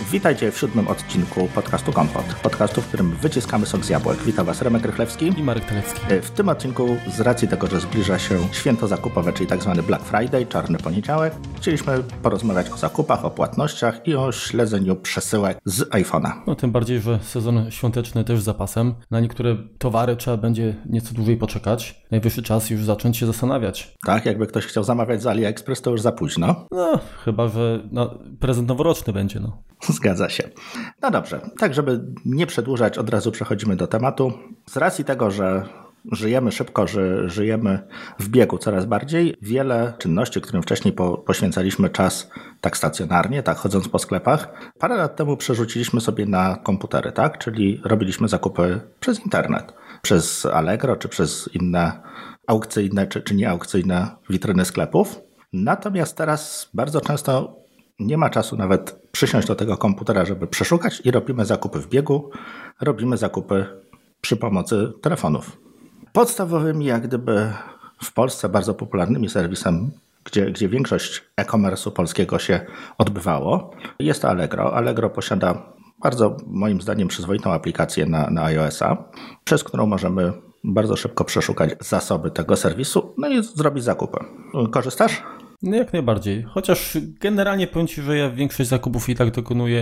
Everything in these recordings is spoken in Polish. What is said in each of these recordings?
Witajcie w 7. odcinku podcastu Kompot. Podcastu, w którym wyciskamy sok z jabłek. Witam Was Remek Rychlewski i Marek Telecki. W tym odcinku, z racji tego, że zbliża się święto zakupowe, czyli tak zwany Black Friday, czarny poniedziałek, chcieliśmy porozmawiać o zakupach, o płatnościach i o śledzeniu przesyłek z iPhone'a. No tym bardziej, że sezon świąteczny też z zapasem. Na niektóre towary trzeba będzie nieco dłużej poczekać. Najwyższy czas już zacząć się zastanawiać. Tak, jakby ktoś chciał zamawiać z AliExpress, to już za późno. No, chyba że prezent noworoczny będzie, no. Zgadza się. No dobrze, tak żeby nie przedłużać, od razu przechodzimy do tematu. Z racji tego, że żyjemy szybko, że żyjemy w biegu coraz bardziej, wiele czynności, którym wcześniej poświęcaliśmy czas tak stacjonarnie, tak chodząc po sklepach, parę lat temu przerzuciliśmy sobie na komputery, tak? Czyli robiliśmy zakupy przez internet, przez Allegro, czy przez inne aukcyjne, czy nieaukcyjne witryny sklepów. Natomiast teraz bardzo często nie ma czasu nawet przysiąść do tego komputera, żeby przeszukać i robimy zakupy w biegu, robimy zakupy przy pomocy telefonów. Podstawowymi, jak gdyby w Polsce bardzo popularnymi serwisem, gdzie większość e-commerce'u polskiego się odbywało, jest to Allegro. Allegro posiada bardzo, moim zdaniem, przyzwoitą aplikację na iOS-a, przez którą możemy bardzo szybko przeszukać zasoby tego serwisu, no i zrobić zakupy. Korzystasz? No jak najbardziej, chociaż generalnie powiem Ci, że ja większość zakupów i tak dokonuję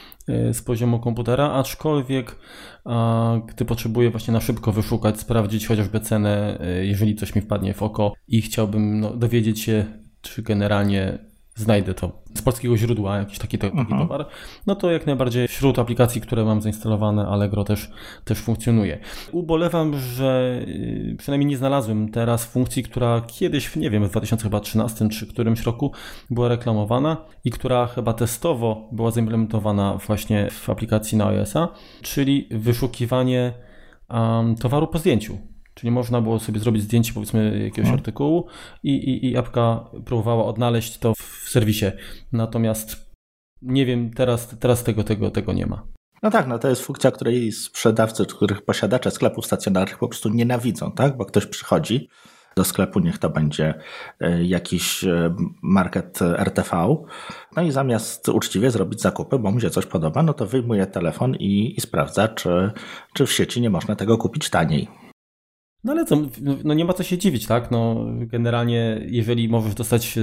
z poziomu komputera, aczkolwiek gdy potrzebuję właśnie na szybko wyszukać, sprawdzić chociażby cenę, jeżeli coś mi wpadnie w oko i chciałbym dowiedzieć się, czy generalnie znajdę to z polskiego źródła, jakiś taki towar, no to jak najbardziej wśród aplikacji, które mam zainstalowane, Allegro też funkcjonuje. Ubolewam, że przynajmniej nie znalazłem teraz funkcji, która kiedyś, nie wiem, w 2013 czy którymś roku była reklamowana i która chyba testowo była zaimplementowana właśnie w aplikacji na iOS-a, czyli wyszukiwanie towaru po zdjęciu. Czyli można było sobie zrobić zdjęcie, powiedzmy, jakiegoś artykułu i apka próbowała odnaleźć to w serwisie. Natomiast nie wiem, teraz tego nie ma. No tak, no to jest funkcja, której sprzedawcy, których posiadacze sklepów stacjonarnych po prostu nienawidzą, tak? Bo ktoś przychodzi do sklepu, niech to będzie jakiś market RTV, no i zamiast uczciwie zrobić zakupy, bo mu się coś podoba, no to wyjmuje telefon i sprawdza, czy w sieci nie można tego kupić taniej. No ale co, no nie ma co się dziwić, tak? No generalnie jeżeli możesz dostać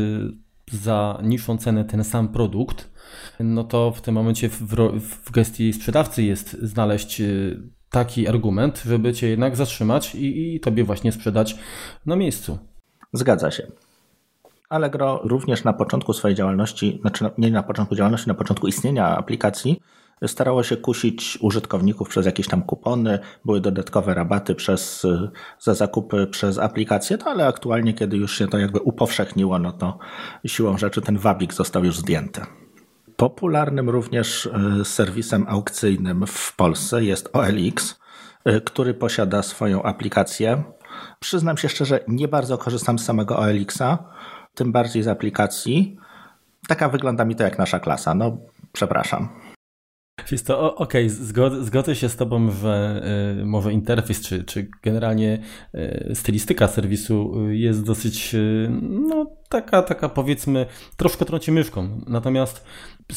za niższą cenę ten sam produkt, no to w tym momencie w gestii sprzedawcy jest znaleźć taki argument, żeby cię jednak zatrzymać i tobie właśnie sprzedać na miejscu. Zgadza się. Allegro również na początku swojej działalności, znaczy nie na początku działalności, na początku istnienia aplikacji, starało się kusić użytkowników przez jakieś tam kupony, były dodatkowe rabaty za zakupy przez aplikację, no ale aktualnie, kiedy już się to jakby upowszechniło, no to siłą rzeczy ten wabik został już zdjęty. Popularnym również serwisem aukcyjnym w Polsce jest OLX, który posiada swoją aplikację. Przyznam się szczerze, nie bardzo korzystam z samego OLX-a, tym bardziej z aplikacji. Taka wygląda mi to jak nasza klasa, no przepraszam. Jest to okej, zgodzę się z Tobą, że może interfejs czy generalnie stylistyka serwisu jest dosyć taka powiedzmy troszkę trąci myszką. Natomiast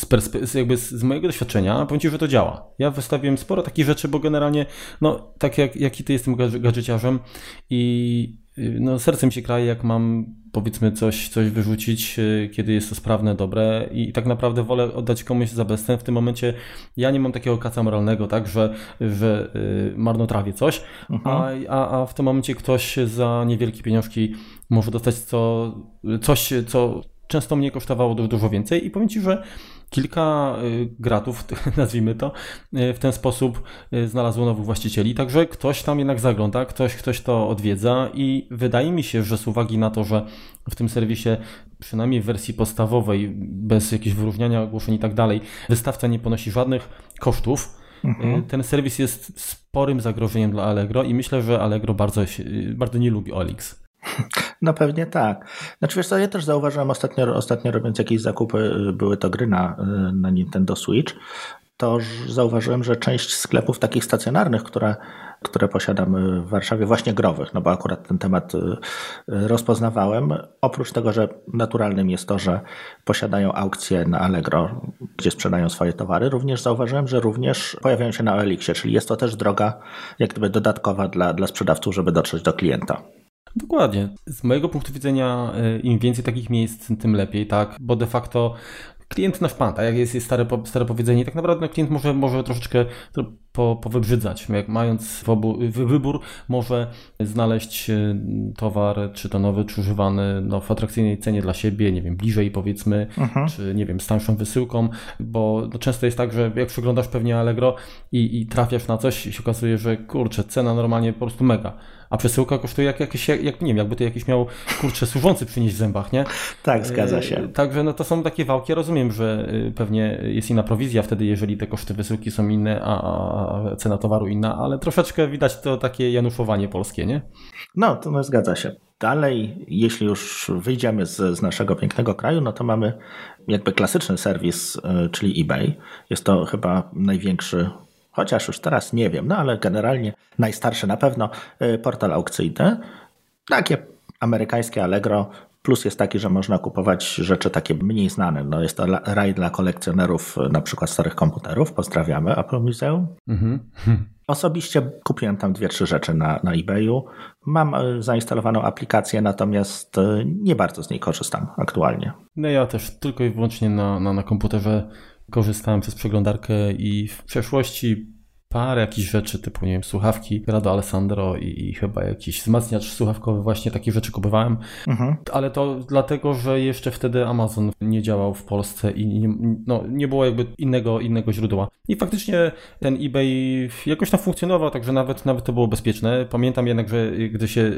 z mojego doświadczenia powiem Ci, że to działa. Ja wystawiłem sporo takich rzeczy, bo generalnie tak jak i Ty jestem gadżeciarzem i sercem się kraje, jak mam powiedzmy coś wyrzucić, kiedy jest to sprawne, dobre i tak naprawdę wolę oddać komuś za bezcen. W tym momencie ja nie mam takiego kaca moralnego, tak, że marnotrawię coś, a w tym momencie ktoś za niewielkie pieniążki może dostać coś, co często mnie kosztowało dużo więcej i powiem Ci, że kilka gratów, nazwijmy to, w ten sposób znalazło nowych właścicieli, także ktoś tam jednak zagląda, ktoś to odwiedza i wydaje mi się, że z uwagi na to, że w tym serwisie, przynajmniej w wersji podstawowej, bez jakiegoś wyróżniania ogłoszeń i tak dalej, wystawca nie ponosi żadnych kosztów, ten serwis jest sporym zagrożeniem dla Allegro i myślę, że Allegro bardzo nie lubi OLX. No pewnie tak. Znaczy wiesz co, ja też zauważyłem ostatnio robiąc jakieś zakupy, były to gry na Nintendo Switch, to zauważyłem, że część sklepów takich stacjonarnych, które posiadamy w Warszawie, właśnie growych, no bo akurat ten temat rozpoznawałem, oprócz tego, że naturalnym jest to, że posiadają aukcje na Allegro, gdzie sprzedają swoje towary, również zauważyłem, że również pojawiają się na OLX-ie, czyli jest to też droga jak gdyby dodatkowa dla sprzedawców, żeby dotrzeć do klienta. Dokładnie. Z mojego punktu widzenia im więcej takich miejsc, tym lepiej, tak? Bo de facto klient nasz pan, tak jak jest stare powiedzenie, tak naprawdę klient może troszeczkę powybrzydzać. Jak mając wybór, może znaleźć towar, czy to nowy, czy używany w atrakcyjnej cenie dla siebie, nie wiem, bliżej powiedzmy, czy nie wiem, z tańszą wysyłką, bo często jest tak, że jak przeglądasz pewnie Allegro i trafiasz na coś i się okazuje, że kurczę, cena normalnie po prostu mega. A przesyłka kosztuje nie wiem, jakby to jakiś miał, służący przynieść w zębach, nie? Tak, zgadza się. Także no to są takie wałki, ja rozumiem, że pewnie jest inna prowizja wtedy, jeżeli te koszty wysyłki są inne, a cena towaru inna, ale troszeczkę widać to takie januszowanie polskie, nie? No, to zgadza się. Dalej, jeśli już wyjdziemy z naszego pięknego kraju, no to mamy jakby klasyczny serwis, czyli eBay. Jest to chyba największy, chociaż już teraz nie wiem, no ale generalnie najstarszy na pewno portal aukcyjny. Takie amerykańskie Allegro. Plus jest taki, że można kupować rzeczy takie mniej znane. No jest to raj dla kolekcjonerów na przykład starych komputerów. Pozdrawiamy Apple Museum. Osobiście kupiłem tam 2-3 rzeczy na eBayu. Mam zainstalowaną aplikację, natomiast nie bardzo z niej korzystam aktualnie. No ja też tylko i wyłącznie na komputerze korzystałem przez przeglądarkę i w przeszłości parę jakichś rzeczy typu, nie wiem, słuchawki Grado Alessandro i chyba jakiś wzmacniacz słuchawkowy, właśnie takie rzeczy kupowałem, ale to dlatego, że jeszcze wtedy Amazon nie działał w Polsce i nie było jakby innego źródła. I faktycznie ten eBay jakoś tam funkcjonował, także nawet to było bezpieczne. Pamiętam jednak, że gdy się,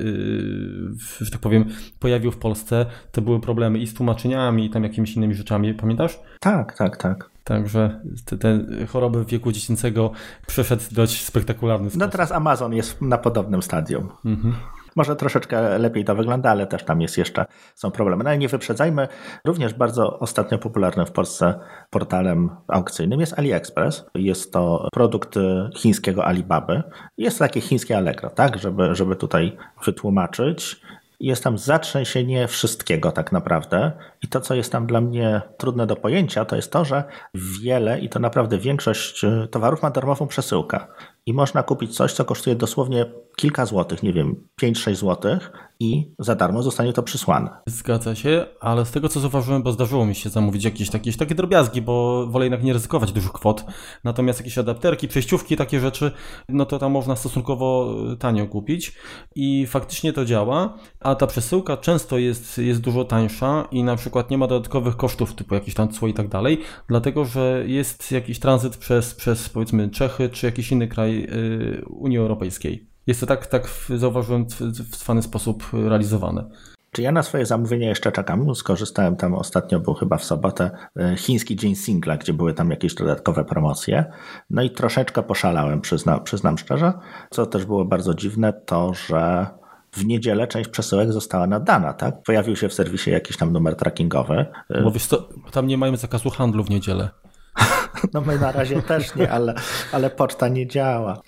że tak powiem, pojawił w Polsce, to były problemy i z tłumaczeniami i tam jakimiś innymi rzeczami. Pamiętasz? Tak. Także te choroby wieku dziecięcego przeszedł dość spektakularny sposób. No teraz Amazon jest na podobnym stadium. Może troszeczkę lepiej to wygląda, ale też tam są problemy. No ale nie wyprzedzajmy. Również bardzo ostatnio popularnym w Polsce portalem aukcyjnym jest AliExpress. Jest to produkt chińskiego Alibaby. Jest to takie chińskie Allegro, tak? Żeby tutaj wytłumaczyć. Jest tam zatrzęsienie wszystkiego tak naprawdę i to, co jest tam dla mnie trudne do pojęcia, to jest to, że wiele i to naprawdę większość towarów ma darmową przesyłkę i można kupić coś, co kosztuje dosłownie kilka złotych, nie wiem, 5-6 złotych i za darmo zostanie to przysłane. Zgadza się, ale z tego co zauważyłem, bo zdarzyło mi się zamówić jakieś takie drobiazgi, bo wolę jednak nie ryzykować dużych kwot, natomiast jakieś adapterki, przejściówki, takie rzeczy, no to tam można stosunkowo tanio kupić i faktycznie to działa, a ta przesyłka często jest dużo tańsza i na przykład nie ma dodatkowych kosztów typu jakieś tam cło i tak dalej, dlatego że jest jakiś tranzyt przez powiedzmy Czechy czy jakiś inny kraj Unii Europejskiej. Jest to tak zauważyłem, w cwany sposób realizowane. Czy ja na swoje zamówienie jeszcze czekam? Skorzystałem tam ostatnio, był chyba w sobotę, chiński dzień singla, gdzie były tam jakieś dodatkowe promocje. No i troszeczkę poszalałem, przyznam szczerze. Co też było bardzo dziwne, to że w niedzielę część przesyłek została nadana, tak? Pojawił się w serwisie jakiś tam numer trackingowy. Bo wiesz co, tam nie mają zakazu handlu w niedzielę. No my na razie też nie, ale poczta nie działa.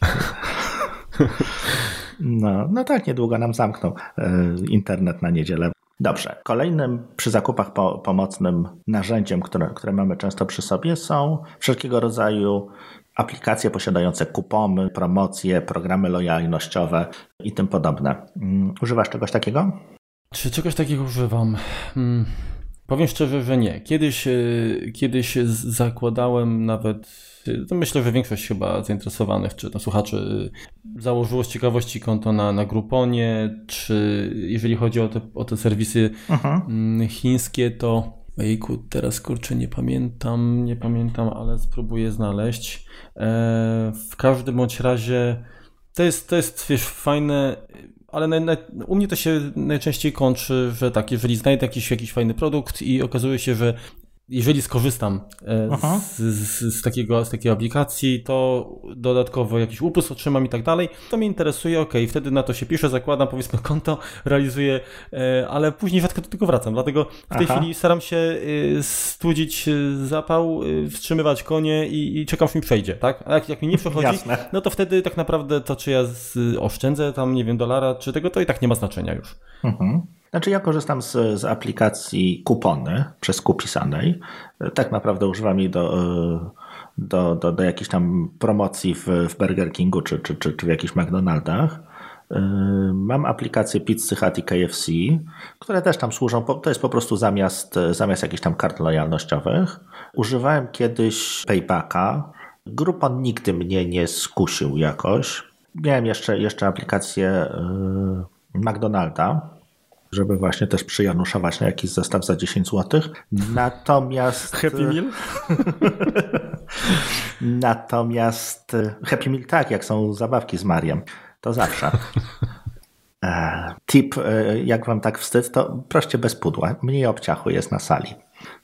No tak, niedługo nam zamkną internet na niedzielę. Dobrze. Kolejnym przy zakupach pomocnym narzędziem, które mamy często przy sobie, są wszelkiego rodzaju aplikacje posiadające kupony, promocje, programy lojalnościowe i tym podobne. Używasz czegoś takiego? Czy czegoś takiego używam? Powiem szczerze, że nie. Kiedyś zakładałem nawet, to myślę, że większość chyba zainteresowanych, czy słuchaczy założyło z ciekawości konto na Grouponie, czy jeżeli chodzi o te serwisy chińskie, to ojejku, teraz kurczę nie pamiętam, ale spróbuję znaleźć. W każdym bądź razie to jest wiesz, fajne, ale u mnie to się najczęściej kończy, że tak, jeżeli znajdę jakiś fajny produkt i okazuje się, że jeżeli skorzystam z takiej aplikacji, to dodatkowo jakiś upust otrzymam i tak dalej, to mnie interesuje, wtedy na to się piszę, zakładam, powiedzmy konto, realizuję, ale później rzadko do tego wracam, dlatego w tej chwili staram się studzić zapał, wstrzymywać konie i czekam, aż mi przejdzie, tak? A jak mi nie przechodzi, no to wtedy tak naprawdę to, czy ja oszczędzę tam, nie wiem, $1 czy tego, to i tak nie ma znaczenia już. Znaczy ja korzystam z aplikacji Kupony przez Kupisanej. Tak naprawdę używam jej do jakichś tam promocji w Burger Kingu czy w jakichś McDonaldach. Mam aplikację Pizzy Hut i KFC, które też tam służą, to jest po prostu zamiast jakichś tam kart lojalnościowych. Używałem kiedyś Paybacka. Groupon nigdy mnie nie skusił jakoś. Miałem jeszcze aplikację McDonalda, żeby właśnie też przyjanuszować na jakiś zestaw za 10 zł. Natomiast... Happy Meal? Natomiast Happy Meal tak, jak są zabawki z Mariem. To zawsze. Tip, jak wam tak wstyd, to proście bez pudła. Mniej obciachu jest na sali.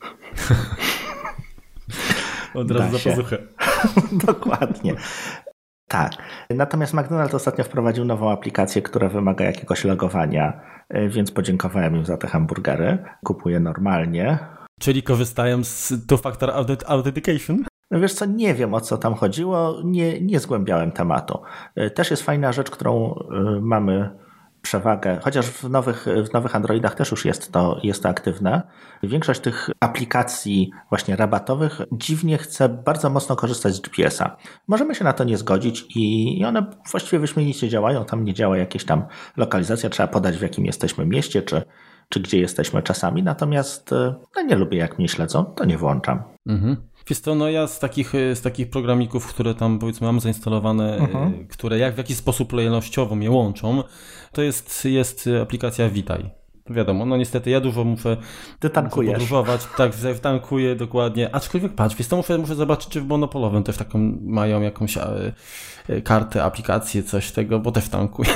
Od razu za pazuchę. Dokładnie. Tak. Natomiast McDonald's ostatnio wprowadził nową aplikację, która wymaga jakiegoś logowania, więc podziękowałem im za te hamburgery. Kupuję normalnie. Czyli korzystają z two-factor authentication? No wiesz co, nie wiem, o co tam chodziło, nie zgłębiałem tematu. Też jest fajna rzecz, którą mamy przewagę, chociaż w nowych Androidach też już jest to aktywne. Większość tych aplikacji właśnie rabatowych dziwnie chce bardzo mocno korzystać z GPS-a. Możemy się na to nie zgodzić i one właściwie wyśmienicie działają, tam nie działa jakieś tam lokalizacja, trzeba podać, w jakim jesteśmy mieście, czy gdzie jesteśmy czasami, natomiast nie lubię, jak mnie śledzą, to nie włączam. Wiesz co, no ja z takich programików, które tam powiedzmy mam zainstalowane, które w jakiś sposób lojalnościowo mnie łączą, to jest aplikacja Witaj. Wiadomo, no niestety ja dużo muszę podróżować, tak, tankuję dokładnie, aczkolwiek patrz, wiesz co, muszę zobaczyć, czy w monopolowym też taką mają jakąś kartę, aplikację, coś tego, bo też tankuję.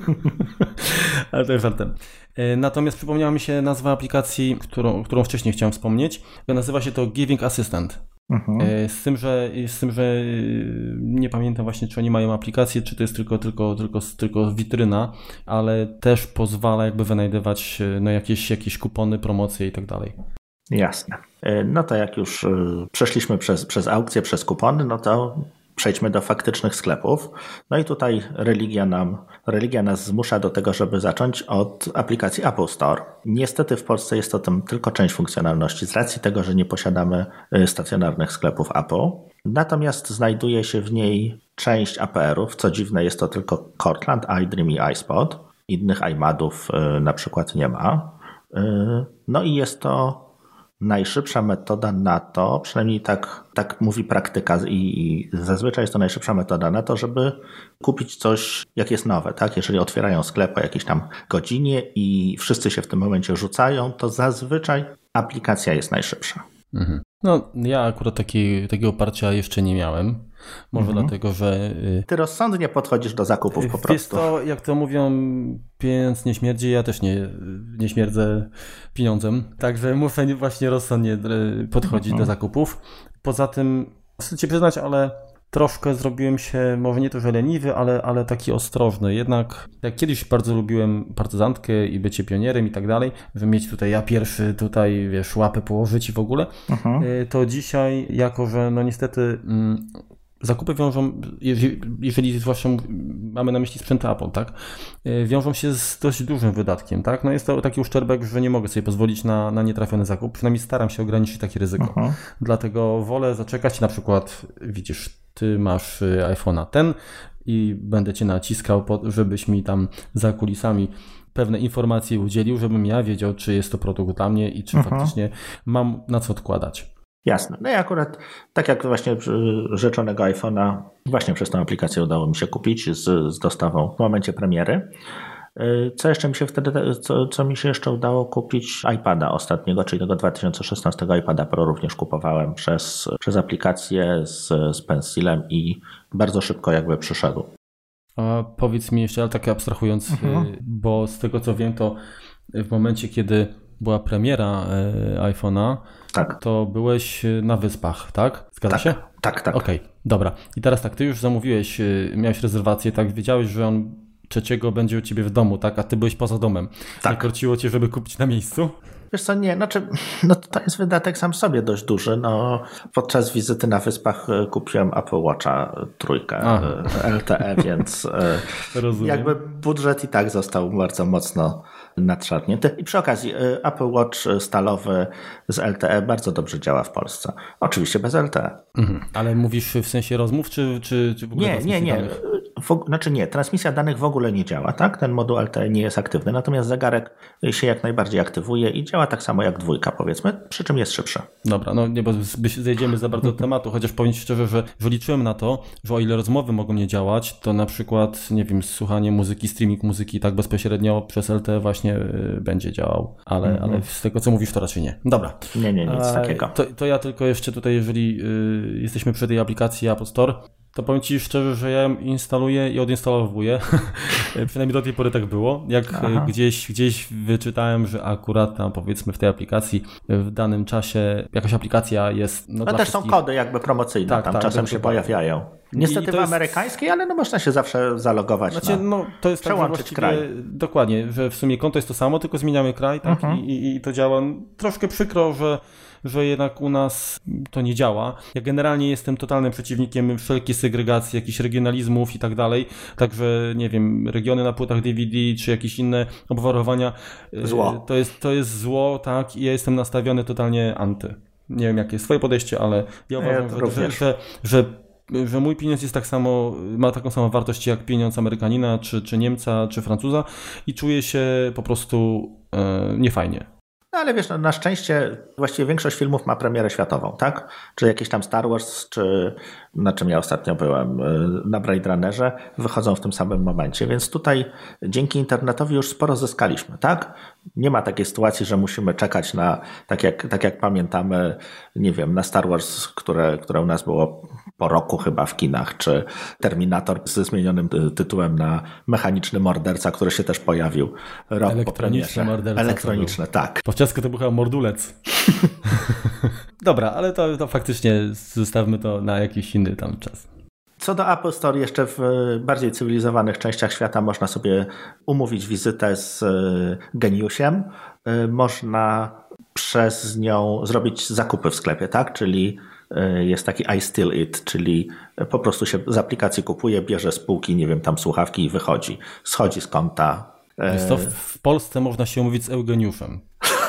Ale to jest żartem. Natomiast przypomniała mi się nazwa aplikacji, którą wcześniej chciałem wspomnieć. Nazywa się to Giving Assistant. Z tym, że nie pamiętam właśnie, czy oni mają aplikację, czy to jest tylko witryna, ale też pozwala jakby wynajdywać jakieś kupony, promocje i tak dalej. Jasne. No to jak już przeszliśmy przez aukcje, przez kupony, no to przejdźmy do faktycznych sklepów. No i tutaj religia nas zmusza do tego, żeby zacząć od aplikacji Apple Store. Niestety w Polsce jest to tylko część funkcjonalności z racji tego, że nie posiadamy stacjonarnych sklepów Apple. Natomiast znajduje się w niej część APR-ów. Co dziwne, jest to tylko Cortland, iDream i iSpot. Innych iMadów na przykład nie ma. No i jest to najszybsza metoda na to, przynajmniej tak mówi praktyka i zazwyczaj jest to najszybsza metoda na to, żeby kupić coś, jak jest nowe, tak? Jeżeli otwierają sklep o jakiejś tam godzinie i wszyscy się w tym momencie rzucają, to zazwyczaj aplikacja jest najszybsza. No, ja akurat takiego oparcia jeszcze nie miałem. Może dlatego, że... Ty rozsądnie podchodzisz do zakupów po prostu. Jest to, jak to mówią, pieniądz nie śmierdzi, ja też nie śmierdzę pieniądzem. Także muszę właśnie rozsądnie podchodzić do zakupów. Poza tym, chcę ci przyznać, ale troszkę zrobiłem się, może nie to, że leniwy, ale taki ostrożny. Jednak jak kiedyś bardzo lubiłem partyzantkę i bycie pionierem i tak dalej, żeby mieć tutaj ja pierwszy tutaj, wiesz, łapę położyć i w ogóle, to dzisiaj, jako że no niestety zakupy wiążą, jeżeli zwłaszcza mamy na myśli sprzęt Apple, tak, wiążą się z dość dużym wydatkiem, tak, no jest to taki uszczerbek, że nie mogę sobie pozwolić na nietrafiony zakup, przynajmniej staram się ograniczyć takie ryzyko, dlatego wolę zaczekać, na przykład widzisz, ty masz iPhone'a ten i będę cię naciskał, żebyś mi tam za kulisami pewne informacje udzielił, żebym ja wiedział, czy jest to produkt dla mnie i czy faktycznie mam na co odkładać. Jasne. No i akurat tak jak właśnie rzeczonego iPhone'a właśnie przez tę aplikację udało mi się kupić z dostawą w momencie premiery. Co jeszcze mi się wtedy, co mi się jeszcze udało kupić? iPada ostatniego, czyli tego 2016 iPada Pro również kupowałem przez aplikację z Pencilem i bardzo szybko jakby przyszedł. A powiedz mi jeszcze, ale tak abstrahując, bo z tego co wiem, to w momencie, kiedy była premiera iPhone'a, tak. To byłeś na Wyspach, tak? Zgadza się? Tak. Okej, dobra. I teraz tak, ty już zamówiłeś, miałeś rezerwację, tak? Wiedziałeś, że on 3 będzie u ciebie w domu, tak? A ty byłeś poza domem. Tak. Nie korciło cię, żeby kupić na miejscu? Wiesz co, nie, to jest wydatek sam w sobie dość duży. Podczas wizyty na Wyspach kupiłem Apple Watcha 3 LTE, więc jakby budżet i tak został bardzo mocno nadszarpnięty. I przy okazji Apple Watch stalowy z LTE bardzo dobrze działa w Polsce. Oczywiście bez LTE. Ale mówisz w sensie rozmów, czy w ogóle Nie. Nie, transmisja danych w ogóle nie działa, tak? Ten moduł LTE nie jest aktywny, natomiast zegarek się jak najbardziej aktywuje i działa tak samo jak 2, powiedzmy, przy czym jest szybszy. Dobra, nie, bo zejdziemy za bardzo do tematu, chociaż powiem ci szczerze, że liczyłem na to, że o ile rozmowy mogą nie działać, to na przykład, nie wiem, słuchanie muzyki, streaming muzyki tak bezpośrednio przez LTE właśnie będzie działał, ale z tego co mówisz, to raczej nie. Dobra. Nie, nic takiego. To ja tylko jeszcze tutaj, jeżeli jesteśmy przy tej aplikacji Apple Store, to powiem ci szczerze, że ja ją instaluję i odinstalowuję. Przynajmniej do tej pory tak było. Jak gdzieś wyczytałem, że akurat tam powiedzmy w tej aplikacji w danym czasie jakaś aplikacja jest... Ale też są kody jakby promocyjne, tam czasem się pojawiają. Niestety w amerykańskiej, ale można się zawsze zalogować. To jest przełączyć tak, kraj. Dokładnie, że w sumie konto jest to samo, tylko zmieniamy kraj, tak? I to działa. Troszkę przykro, że jednak u nas to nie działa. Ja generalnie jestem totalnym przeciwnikiem wszelkiej segregacji, jakichś regionalizmów i tak dalej. Także, nie wiem, regiony na płytach DVD czy jakieś inne obwarowania. Zło. To jest zło, tak? I ja jestem nastawiony totalnie anty. Nie wiem, jakie jest twoje podejście, ale ja uważam, że mój pieniądz jest tak samo, ma taką samą wartość jak pieniądz Amerykanina, czy Niemca, czy Francuza i czuję się po prostu niefajnie. Ale wiesz, na szczęście właściwie większość filmów ma premierę światową, tak? Czy jakiś tam Star Wars, czy na czym ja ostatnio byłem, na Blade Runnerze, wychodzą w tym samym momencie, więc tutaj dzięki internetowi już sporo zyskaliśmy, tak? Nie ma takiej sytuacji, że musimy czekać na, tak jak pamiętamy, nie wiem, na Star Wars, które u nas było po roku chyba w kinach, czy Terminator ze zmienionym tytułem na Mechaniczny Morderca, który się też pojawił rok po premierze. Elektroniczny, tak. Po czesku to był chyba Mordulec. Dobra, ale to faktycznie zostawmy to na jakiś inny tam czas. Co do Apple Store, jeszcze w bardziej cywilizowanych częściach świata można sobie umówić wizytę z geniusiem. Można przez nią zrobić zakupy w sklepie, tak? Czyli jest taki I Steal It, czyli po prostu się z aplikacji kupuje, bierze z półki, nie wiem, tam słuchawki i wychodzi. Schodzi z konta. Jest to w Polsce można się umówić z Eugeniuszem.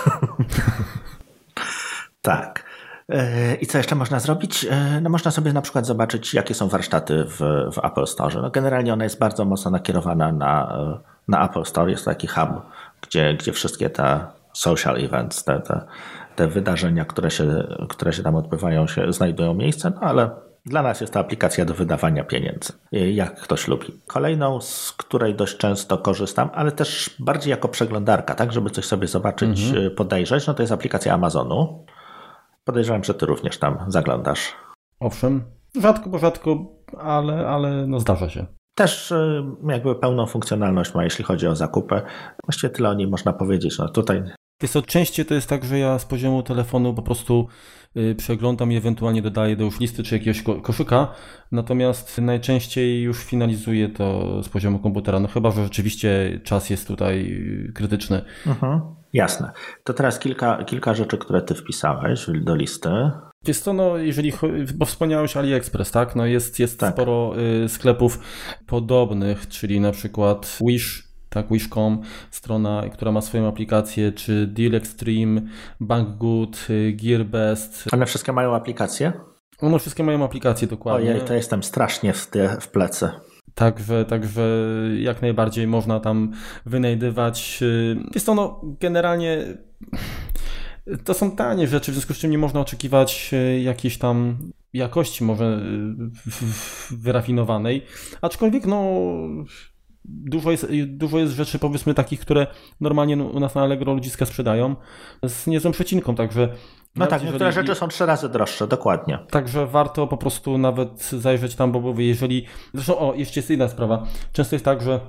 Tak. I co jeszcze można zrobić? Można sobie na przykład zobaczyć, jakie są warsztaty w Apple Store. Generalnie ona jest bardzo mocno nakierowana na Apple Store. Jest to taki hub, gdzie wszystkie te social events, te wydarzenia, które się tam odbywają, się znajdują miejsce, ale dla nas jest to aplikacja do wydawania pieniędzy, jak ktoś lubi. Kolejną, z której dość często korzystam, ale też bardziej jako przeglądarka, tak, żeby coś sobie zobaczyć, podejrzeć, to jest aplikacja Amazonu. Podejrzewam, że ty również tam zaglądasz. Owszem, rzadko, ale zdarza się. Też jakby pełną funkcjonalność ma, jeśli chodzi o zakupy. Właściwie tyle o niej można powiedzieć. Tutaj. Wiesz co, częściej to jest tak, że ja z poziomu telefonu po prostu przeglądam i ewentualnie dodaję do już listy czy jakiegoś koszyka, natomiast najczęściej już finalizuję to z poziomu komputera, chyba że rzeczywiście czas jest tutaj krytyczny. Jasne. To teraz kilka rzeczy, które ty wpisałeś do listy. Jest to, jeżeli bo wspomniałeś AliExpress, tak? Jest tak. Sporo sklepów podobnych, czyli na przykład Wish, tak, Wish.com, strona, która ma swoją aplikację, czy Deal Extreme, Banggood, Gearbest. One wszystkie mają aplikację? One wszystkie mają aplikację, dokładnie. Ojej, to jestem strasznie w plecy. Także jak najbardziej można tam wynajdywać. Jest to generalnie to są tanie rzeczy, w związku z czym nie można oczekiwać jakiejś tam jakości może wyrafinowanej, aczkolwiek dużo jest rzeczy, powiedzmy, takich, które normalnie u nas na Allegro ludziska sprzedają z niezłą przecinką, także... tak, niektóre rzeczy są 3 razy droższe, dokładnie. Także warto po prostu nawet zajrzeć tam, bo jeżeli... Zresztą, jeszcze jest inna sprawa. Często jest tak, że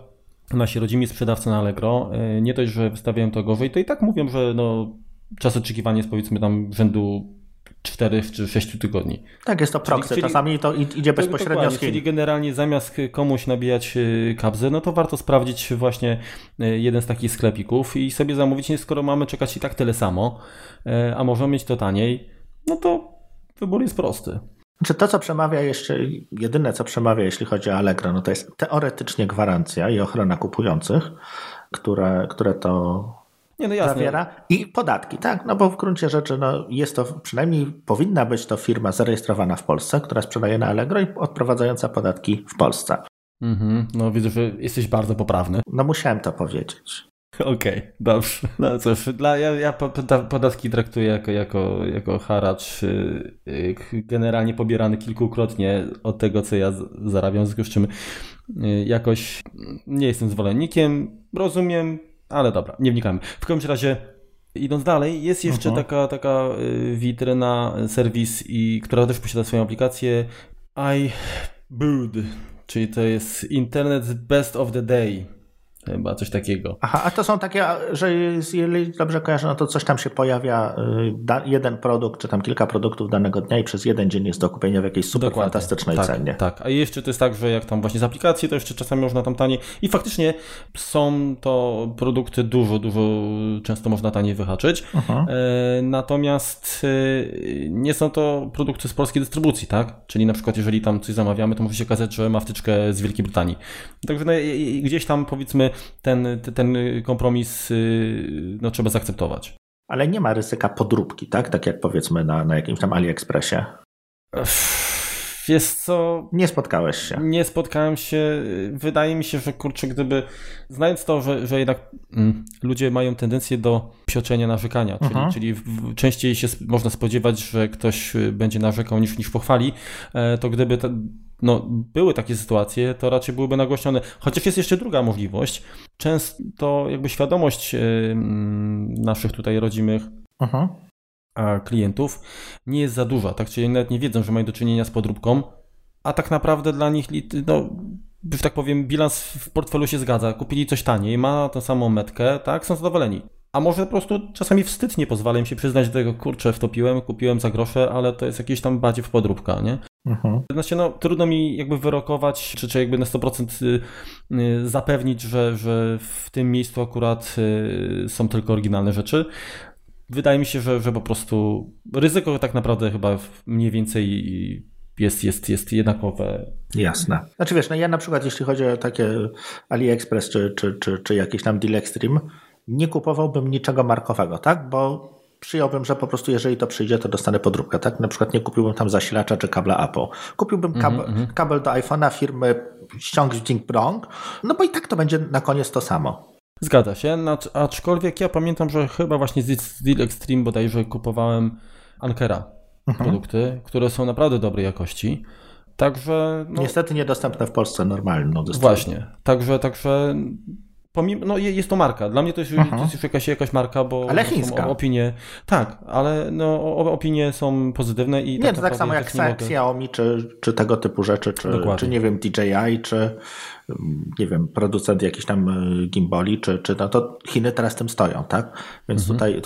nasi rodzimi sprzedawcy na Allegro, nie dość, że wystawiają to gorzej, to i tak mówią, że no, czas oczekiwania jest powiedzmy tam rzędu 4 czy 6 tygodni. Tak, jest to proxy, czasami to idzie bezpośrednio z Chin. Czyli generalnie zamiast komuś nabijać kabzę, no to warto sprawdzić właśnie jeden z takich sklepików i sobie zamówić, skoro mamy czekać i tak tyle samo, a możemy mieć to taniej, no to wybór jest prosty. Czy to, co przemawia jeszcze, jedyne co przemawia, jeśli chodzi o Allegro, no to jest teoretycznie gwarancja i ochrona kupujących, które to zawiera i podatki, tak? No bo w gruncie rzeczy jest to, przynajmniej powinna być to firma zarejestrowana w Polsce, która sprzedaje na Allegro i odprowadzająca podatki w Polsce. No widzę, że jesteś bardzo poprawny. No musiałem to powiedzieć. Okej, dobrze. No cóż, ja podatki traktuję jako haracz generalnie pobierany kilkukrotnie od tego, co ja zarabiam, w związku z czym jakoś nie jestem zwolennikiem, rozumiem, ale dobra, nie wnikamy. W każdym razie, idąc dalej, jest jeszcze taka witryna, serwis, która też posiada swoją aplikację iBird, czyli to jest Internet Best of the Day. Chyba coś takiego. Aha, a to są takie, że jeżeli dobrze kojarzę, no to coś tam się pojawia, jeden produkt, czy tam kilka produktów danego dnia i przez jeden dzień jest do kupienia w jakiejś super fantastycznej cenie. Tak, a jeszcze to jest tak, że jak tam właśnie z aplikacji, to jeszcze czasami można tam taniej i faktycznie są to produkty dużo często można taniej wyhaczyć. Natomiast nie są to produkty z polskiej dystrybucji, tak? Czyli na przykład jeżeli tam coś zamawiamy, to może się okazać, że ma wtyczkę z Wielkiej Brytanii. Także gdzieś tam powiedzmy ten kompromis trzeba zaakceptować. Ale nie ma ryzyka podróbki, tak? Tak jak powiedzmy na jakimś tam AliExpressie. Wiesz co? Nie spotkałeś się. Nie spotkałem się. Wydaje mi się, że kurczę, gdyby znając to, że jednak ludzie mają tendencję do psioczenia, narzekania, czyli częściej się można spodziewać, że ktoś będzie narzekał niż pochwali, to gdyby były takie sytuacje, to raczej byłyby nagłośnione. Chociaż jest jeszcze druga możliwość. Często jakby świadomość naszych tutaj rodzimych klientów nie jest za duża, tak? Czyli nawet nie wiedzą, że mają do czynienia z podróbką, a tak naprawdę dla nich, że tak powiem, bilans w portfelu się zgadza. Kupili coś taniej, ma tą samą metkę, tak? Są zadowoleni. A może po prostu czasami wstyd nie pozwala im się przyznać do tego, kurczę, kupiłem za grosze, ale to jest jakiś tam badziew podróbka, nie? Znaczy, trudno mi jakby wyrokować, czy jakby na 100% zapewnić, że w tym miejscu akurat są tylko oryginalne rzeczy. Wydaje mi się, że po prostu ryzyko tak naprawdę chyba mniej więcej jest jednakowe. Jasne. Znaczy wiesz, ja na przykład jeśli chodzi o takie AliExpress czy jakiś tam Dealextreme, nie kupowałbym niczego markowego, tak? Bo przyjąłbym, że po prostu jeżeli to przyjdzie, to dostanę podróbkę, tak? Na przykład nie kupiłbym tam zasilacza czy kabla Apple. Kupiłbym kabel do iPhone'a firmy Xiongxing-Brong, no bo i tak to będzie na koniec to samo. Zgadza się, aczkolwiek ja pamiętam, że chyba właśnie z Dealextreme bodajże kupowałem Ankera produkty, które są naprawdę dobrej jakości. Także niestety niedostępne w Polsce normalną dystrybucją. Właśnie, także pomimo, jest to marka. Dla mnie to jest już jakaś marka, bo ale chińska. Opinie. Tak, ale opinie są pozytywne i nie, to tak samo jak Xiaomi, czy tego typu rzeczy, czy nie wiem, DJI, czy nie wiem, producent jakiś tam gimbali, czy to Chiny teraz tym stoją, tak? Więc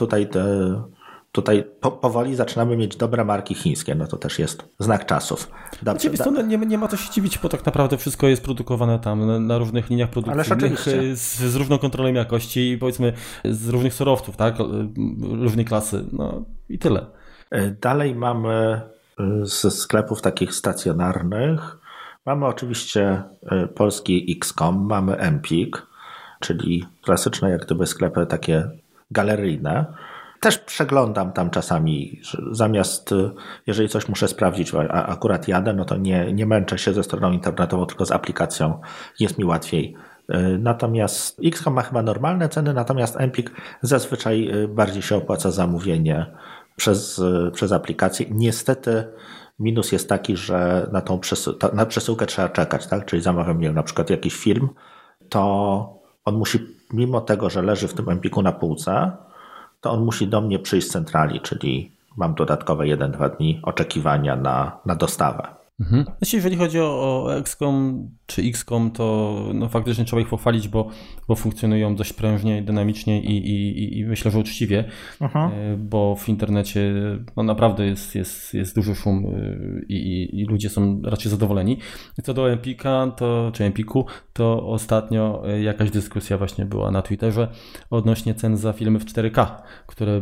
tutaj powoli zaczynamy mieć dobre marki chińskie, to też jest znak czasów. Nie ma co się dziwić, bo tak naprawdę wszystko jest produkowane tam na różnych liniach produkcyjnych z różną kontrolą jakości i powiedzmy z różnych surowców, tak? Różnej klasy, i tyle. Dalej mamy ze sklepów takich stacjonarnych, mamy oczywiście polski XCOM, mamy Empik, czyli klasyczne jak gdyby sklepy takie galeryjne. Też przeglądam tam czasami, zamiast, jeżeli coś muszę sprawdzić, a akurat jadę, to nie męczę się ze stroną internetową, tylko z aplikacją, jest mi łatwiej. Natomiast XCOM ma chyba normalne ceny, natomiast Empik zazwyczaj bardziej się opłaca zamówienie przez aplikację. Niestety minus jest taki, że na przesyłkę trzeba czekać, tak? Czyli zamawiam na przykład jakiś film, to on musi, mimo tego, że leży w tym Empiku na półce, to on musi do mnie przyjść z centrali, czyli mam dodatkowe 1-2 dni oczekiwania na dostawę. Znaczy, jeżeli chodzi o XCOM czy XCOM, to no, faktycznie trzeba ich pochwalić, bo funkcjonują dość prężnie, dynamicznie i myślę, że uczciwie, bo w internecie no, naprawdę jest duży szum i ludzie są raczej zadowoleni. Co do Empika, czy Empiku, to ostatnio jakaś dyskusja właśnie była na Twitterze odnośnie cen za filmy w 4K, które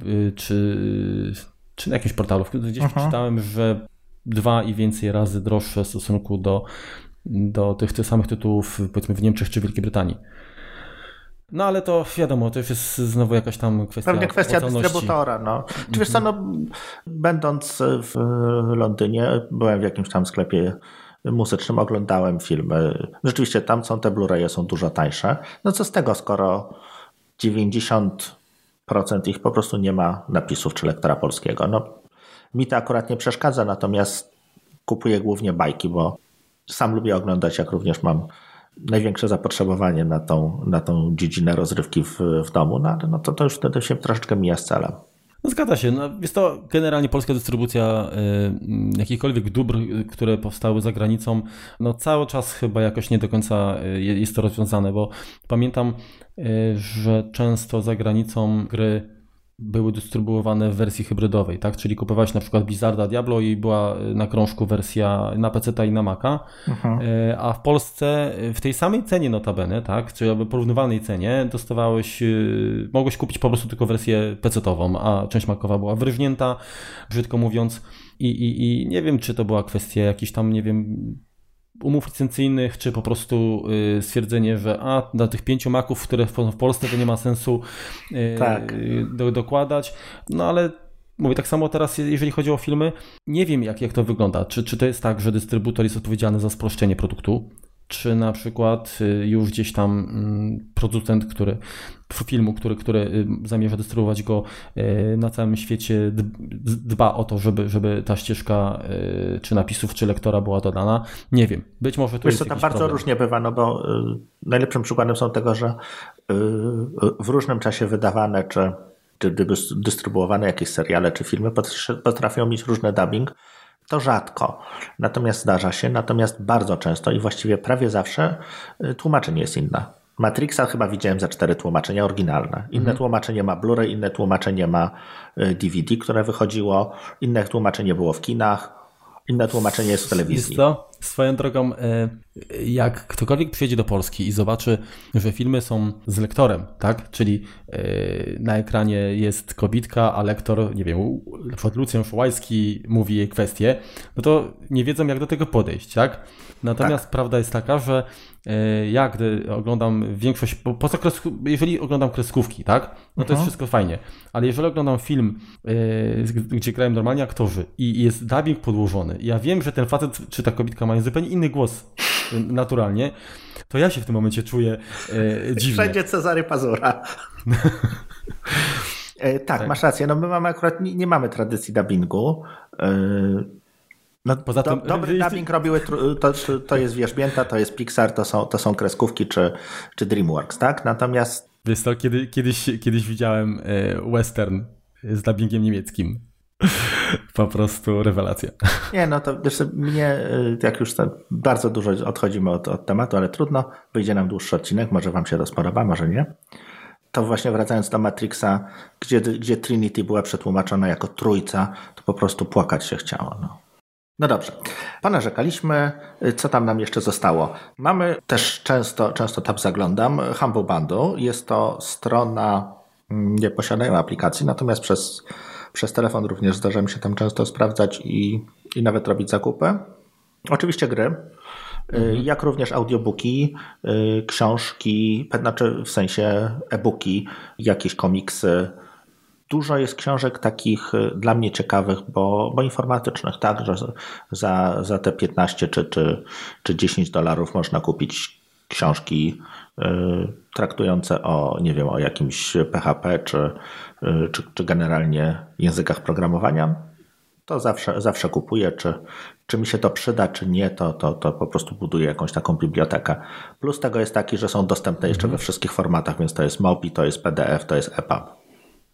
czy na jakimś portalu, gdzieś przeczytałem, że 2 i więcej razy droższe w stosunku do tych samych tytułów, powiedzmy w Niemczech czy Wielkiej Brytanii. No ale to wiadomo, to już jest znowu jakaś tam kwestia pewnie kwestia dystrybutora. No. Czy wiesz co, no, będąc w Londynie, byłem w jakimś tam sklepie muzycznym, oglądałem filmy. Rzeczywiście tam są te Blu-raye są dużo tańsze. No co z tego, skoro 90% ich po prostu nie ma napisów czy lektora polskiego. No, mi to akurat nie przeszkadza, natomiast kupuję głównie bajki, bo sam lubię oglądać, jak również mam największe zapotrzebowanie na tą dziedzinę rozrywki w domu, no ale no to już wtedy się troszeczkę mija z celem. No zgadza się. No, jest to generalnie polska dystrybucja jakichkolwiek dóbr, które powstały za granicą, no cały czas chyba jakoś nie do końca jest to rozwiązane, bo pamiętam, że często za granicą gry były dystrybuowane w wersji hybrydowej, tak? Czyli kupowałeś na przykład Blizzarda Diablo i była na krążku wersja na PC-ta i na Maca, a w Polsce w tej samej cenie notabene, tak? Czyli jakby porównywalnej cenie mogłeś kupić po prostu tylko wersję PC-tową, a część Macowa była wyrżnięta, brzydko mówiąc, i nie wiem, czy to była kwestia jakichś tam, nie wiem, umów licencyjnych, czy po prostu stwierdzenie, że dla tych 5 Maców, które w Polsce, to nie ma sensu dokładać. No ale mówię, tak samo teraz, jeżeli chodzi o filmy, nie wiem jak to wygląda. Czy to jest tak, że dystrybutor jest odpowiedzialny za spolszczenie produktu, czy na przykład już gdzieś tam producent, który zamierza dystrybuować go na całym świecie, dba o to, żeby ta ścieżka czy napisów, czy lektora była dodana. Nie wiem. Być może to jest jakiś bardzo problem. różnie bywa, no bo najlepszym przykładem są tego, że w różnym czasie wydawane, czy dystrybuowane jakieś seriale, czy filmy potrafią mieć różny dubbing. To rzadko, natomiast zdarza się, natomiast bardzo często i właściwie prawie zawsze tłumaczenie jest inne. Matrixa chyba widziałem za 4 tłumaczenia oryginalne. Inne tłumaczenie ma Blu-ray, inne tłumaczenie ma DVD, które wychodziło, inne tłumaczenie było w kinach, inne tłumaczenie jest w telewizji. Jest to swoją drogą, jak ktokolwiek przyjedzie do Polski i zobaczy, że filmy są z lektorem, tak? Czyli na ekranie jest kobitka, a lektor, nie wiem, na przykład Lucjan Szołajski mówi jej kwestię, no to nie wiedzą, jak do tego podejść, tak? Natomiast prawda jest taka, że ja gdy oglądam większość, jeżeli oglądam kreskówki, tak? No to jest wszystko fajnie, ale jeżeli oglądam film, gdzie grają normalnie aktorzy i jest dubbing podłożony, ja wiem, że ten facet czy ta kobitka mają zupełnie inny głos naturalnie, to ja się w tym momencie czuję dziwnie. Wszędzie Cezary Pazura. Tak, masz rację. No my mamy akurat, nie mamy tradycji dubbingu. No, poza tym, dobry dubbing robiły, to jest Wierzbięta, to jest Pixar, to są kreskówki czy DreamWorks, tak? Natomiast... Wiesz co, kiedyś widziałem western z dubbingiem niemieckim. Po prostu rewelacja. Nie, no to wiesz, mnie, jak już bardzo dużo odchodzimy od tematu, ale trudno, wyjdzie nam dłuższy odcinek, może wam się to spodoba, może nie. To właśnie wracając do Matrixa, gdzie Trinity była przetłumaczona jako trójca, to po prostu płakać się chciało. No dobrze, ponarzekaliśmy, co tam nam jeszcze zostało? Mamy też często tam zaglądam, Humble Bundle, jest to strona, nie posiadają aplikacji, natomiast przez telefon również zdarza mi się tam często sprawdzać i nawet robić zakupy. Oczywiście gry, jak również audiobooki, książki, znaczy w sensie e-booki, jakieś komiksy. Dużo jest książek takich dla mnie ciekawych, bo informatycznych, tak, że za te 15 czy $10 można kupić książki traktujące o, nie wiem, o jakimś PHP czy generalnie językach programowania. To zawsze kupuję, czy mi się to przyda, czy nie, to po prostu buduję jakąś taką bibliotekę. Plus tego jest taki, że są dostępne jeszcze we wszystkich formatach, więc to jest MOBI, to jest PDF, to jest EPUB.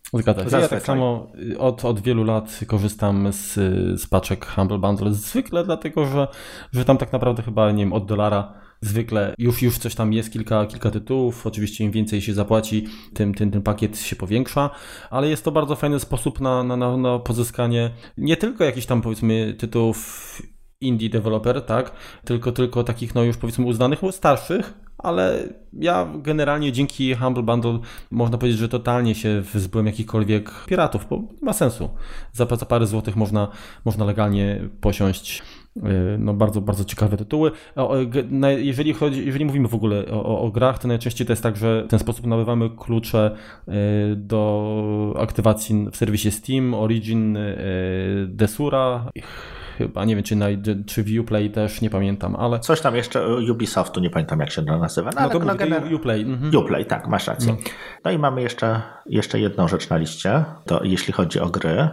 Zgadza się. Ja tak samo od wielu lat korzystam z paczek Humble Bundle zwykle dlatego, że tam tak naprawdę chyba, nie wiem, od $1 zwykle już coś tam jest, kilka tytułów. Oczywiście im więcej się zapłaci, tym pakiet się powiększa, ale jest to bardzo fajny sposób na pozyskanie nie tylko jakichś tam, powiedzmy, tytułów indie developer, tak? Tylko takich, no już powiedzmy uznanych, starszych, ale ja generalnie dzięki Humble Bundle można powiedzieć, że totalnie się wyzbyłem jakichkolwiek piratów, bo nie ma sensu. Za parę złotych można legalnie posiąść no bardzo, bardzo ciekawe tytuły. Jeżeli mówimy w ogóle o grach, to najczęściej to jest tak, że w ten sposób nabywamy klucze do aktywacji w serwisie Steam, Origin, Desura, chyba, nie wiem, czy w Uplay też, nie pamiętam, ale... Coś tam jeszcze Ubisoftu, nie pamiętam jak się to nazywa. No to Uplay. Uplay, tak, masz rację. No i mamy jeszcze jedną rzecz na liście, to jeśli chodzi o gry,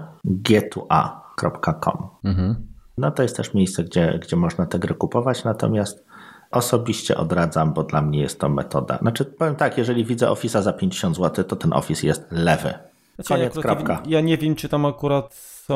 g2a.com. No to jest też miejsce, gdzie można te gry kupować, natomiast osobiście odradzam, bo dla mnie jest to metoda. Znaczy, powiem tak, jeżeli widzę Office'a za 50 zł, to ten Office jest lewy. Koniec, kropka. Ja nie wiem, czy tam akurat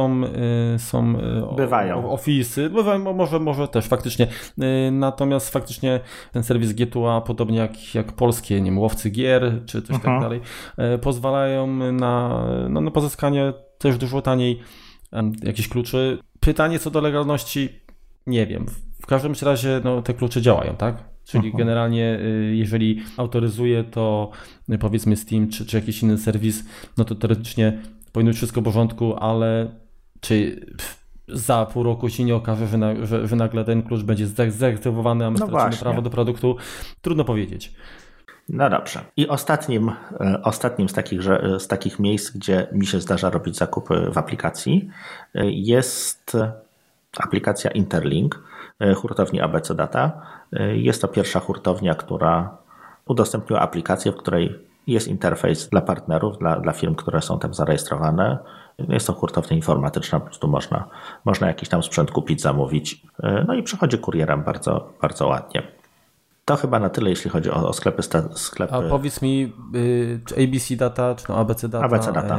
są bywają Office'y, może też faktycznie. Natomiast faktycznie ten serwis G2A, podobnie jak polskie, nie wiem, łowcy gier, czy coś tak dalej, pozwalają na pozyskanie też dużo taniej jakichś kluczy. Pytanie co do legalności, nie wiem. W każdym razie te klucze działają, tak? Czyli generalnie jeżeli autoryzuje to powiedzmy Steam czy jakiś inny serwis, no to teoretycznie powinno być wszystko w porządku, ale czy za pół roku się nie okaże, że nagle ten klucz będzie zdeaktywowany, a my stracimy prawo do produktu? Trudno powiedzieć. No dobrze. I ostatnim z takich miejsc, gdzie mi się zdarza robić zakupy w aplikacji, jest aplikacja Interlink, hurtowni ABC Data. Jest to pierwsza hurtownia, która udostępniła aplikację, w której jest interfejs dla partnerów, dla firm, które są tam zarejestrowane. Jest to hurtownia informatyczna, po prostu można jakiś tam sprzęt kupić, zamówić. No i przychodzi kurierem bardzo, bardzo ładnie. To chyba na tyle, jeśli chodzi o sklepy. A powiedz mi, czy ABC Data, czy ABC Data? ABC Data.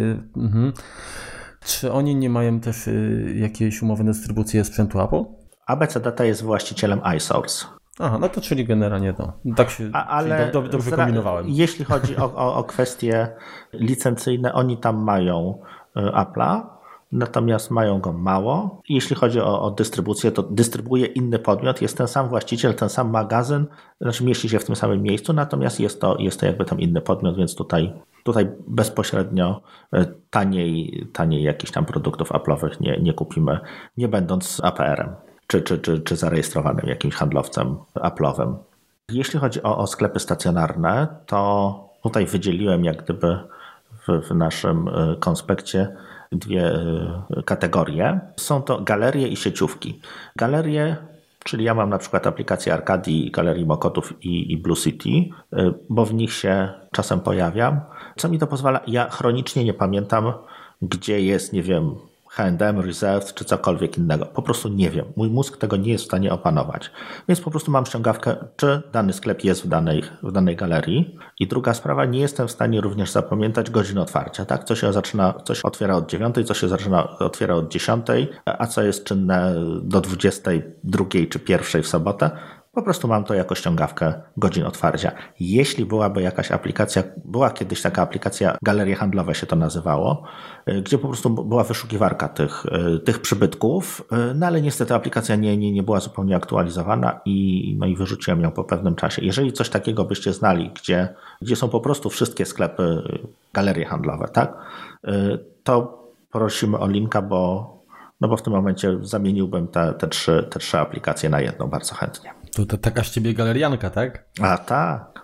Czy oni nie mają też jakiejś umowy na dystrybucję sprzętu Apple? ABC Data jest właścicielem iSource. Aha, no to czyli generalnie to. Tak się dobrze kombinowałem. Jeśli chodzi o kwestie licencyjne, oni tam mają Apple'a, natomiast mają go mało. Jeśli chodzi o dystrybucję, to dystrybuuje inny podmiot, jest ten sam właściciel, ten sam magazyn, znaczy mieści się w tym samym miejscu, natomiast jest to jakby tam inny podmiot, więc tutaj bezpośrednio taniej jakichś tam produktów Apple'owych nie kupimy, nie będąc APR-em czy zarejestrowanym jakimś handlowcem Apple'owym. Jeśli chodzi o sklepy stacjonarne, to tutaj wydzieliłem jak gdyby w naszym konspekcie dwie kategorie. Są to galerie i sieciówki. Galerie, czyli ja mam na przykład aplikację Arcadii, Galerii Mokotów i Blue City, bo w nich się czasem pojawiam. Co mi to pozwala? Ja chronicznie nie pamiętam, gdzie jest, nie wiem, H&M, Reserved czy cokolwiek innego. Po prostu nie wiem. Mój mózg tego nie jest w stanie opanować. Więc po prostu mam ściągawkę, czy dany sklep jest w danej galerii. I druga sprawa, nie jestem w stanie również zapamiętać godzin otwarcia. Tak? Coś otwiera od 9, co się otwiera od 10, a co jest czynne do 22 czy 1 w sobotę. Po prostu mam to jako ściągawkę godzin otwarcia. Jeśli byłaby jakaś aplikacja, była kiedyś taka aplikacja, galerie handlowe się to nazywało, gdzie po prostu była wyszukiwarka tych przybytków, no ale niestety aplikacja nie była zupełnie aktualizowana i wyrzuciłem ją po pewnym czasie. Jeżeli coś takiego byście znali, gdzie są po prostu wszystkie sklepy, galerie handlowe, tak, to prosimy o linka, bo w tym momencie zamieniłbym te trzy aplikacje na jedną bardzo chętnie. To taka z ciebie galerianka, tak? A tak.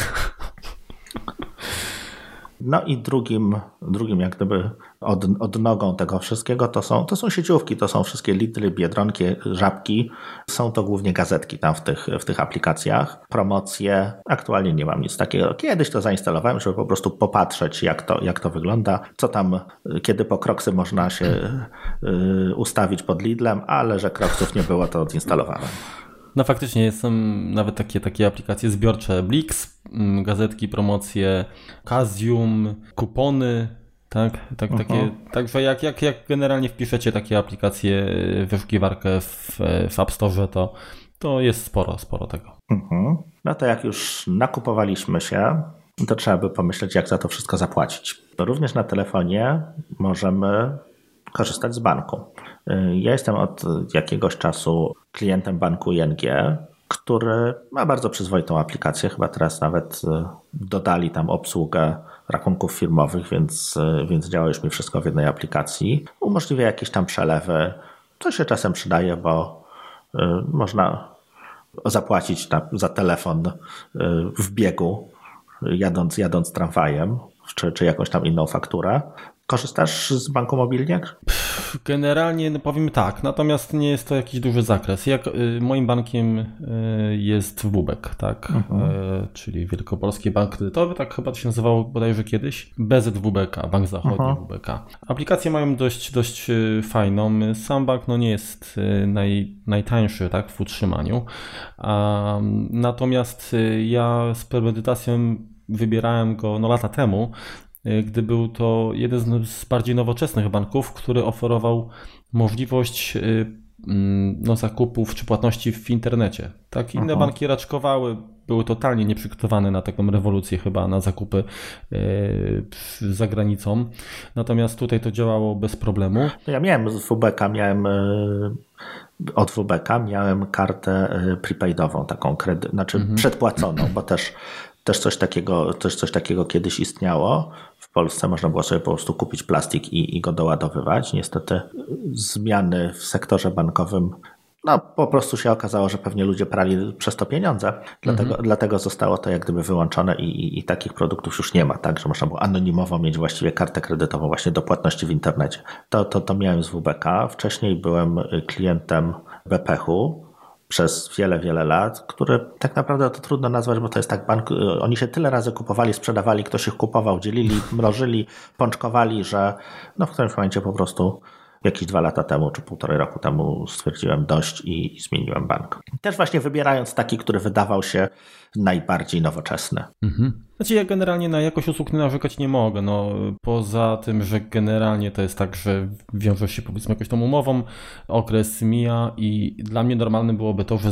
No i drugim jak gdyby odnogą tego wszystkiego to są sieciówki, to są wszystkie Lidly, Biedronki, Żabki. Są to głównie gazetki tam w tych aplikacjach. Promocje. Aktualnie nie mam nic takiego. Kiedyś to zainstalowałem, żeby po prostu popatrzeć jak to wygląda. Co tam, kiedy po Crocsy można się ustawić pod Lidlem, ale że Crocsów nie było, to odinstalowałem. No faktycznie są nawet takie aplikacje zbiorcze. Blix, gazetki, promocje, Casium, kupony, Także jak generalnie wpiszecie takie aplikacje w wyszukiwarkę w App Store, to jest sporo tego. No to jak już nakupowaliśmy się, to trzeba by pomyśleć, jak za to wszystko zapłacić. Również na telefonie możemy korzystać z banku. Ja jestem od jakiegoś czasu klientem banku ING, który ma bardzo przyzwoitą aplikację. Chyba teraz nawet dodali tam obsługę rachunków firmowych, więc działa już mi wszystko w jednej aplikacji. Umożliwia jakieś tam przelewy, co się czasem przydaje, bo można zapłacić za telefon w biegu, jadąc tramwajem, czy jakąś tam inną fakturę. Korzystasz z banku mobilnie? Generalnie powiem tak, natomiast nie jest to jakiś duży zakres. Moim bankiem jest WBEK, tak? Czyli Wielkopolski Bank Kredytowy, tak chyba to się nazywało bodajże kiedyś. BZWBK, Bank Zachodni WBK. Aplikacje mają dość fajną. Sam bank nie jest najtańszy, tak, w utrzymaniu. Natomiast ja z premedytacją wybierałem go lata temu, gdy był to jeden z bardziej nowoczesnych banków, który oferował możliwość zakupów czy płatności w internecie. Tak? Inne banki raczkowały, były totalnie nieprzygotowane na taką rewolucję chyba, na zakupy za granicą. Natomiast tutaj to działało bez problemu. Ja miałem z WBK, od WBK miałem kartę prepaidową, taką przedpłaconą, bo też coś takiego kiedyś istniało. W Polsce można było sobie po prostu kupić plastik i go doładowywać. Niestety zmiany w sektorze bankowym, po prostu się okazało, że pewnie ludzie prali przez to pieniądze. Dlatego zostało to jak gdyby wyłączone i takich produktów już nie ma, tak, że można było anonimowo mieć właściwie kartę kredytową właśnie do płatności w internecie. To miałem z WBK. Wcześniej byłem klientem BPH-u przez wiele lat, który tak naprawdę to trudno nazwać, bo to jest tak bank, oni się tyle razy kupowali, sprzedawali, ktoś ich kupował, dzielili, mrożyli, pączkowali, że w którymś momencie po prostu jakieś 2 lata temu czy 1,5 roku temu stwierdziłem dość i zmieniłem bank. Też właśnie wybierając taki, który wydawał się najbardziej nowoczesny. Znaczy ja generalnie na jakość usług narzekać nie mogę. Poza tym, że generalnie to jest tak, że wiąże się powiedzmy jakąś tą umową, okres mija i dla mnie normalnym byłoby to, że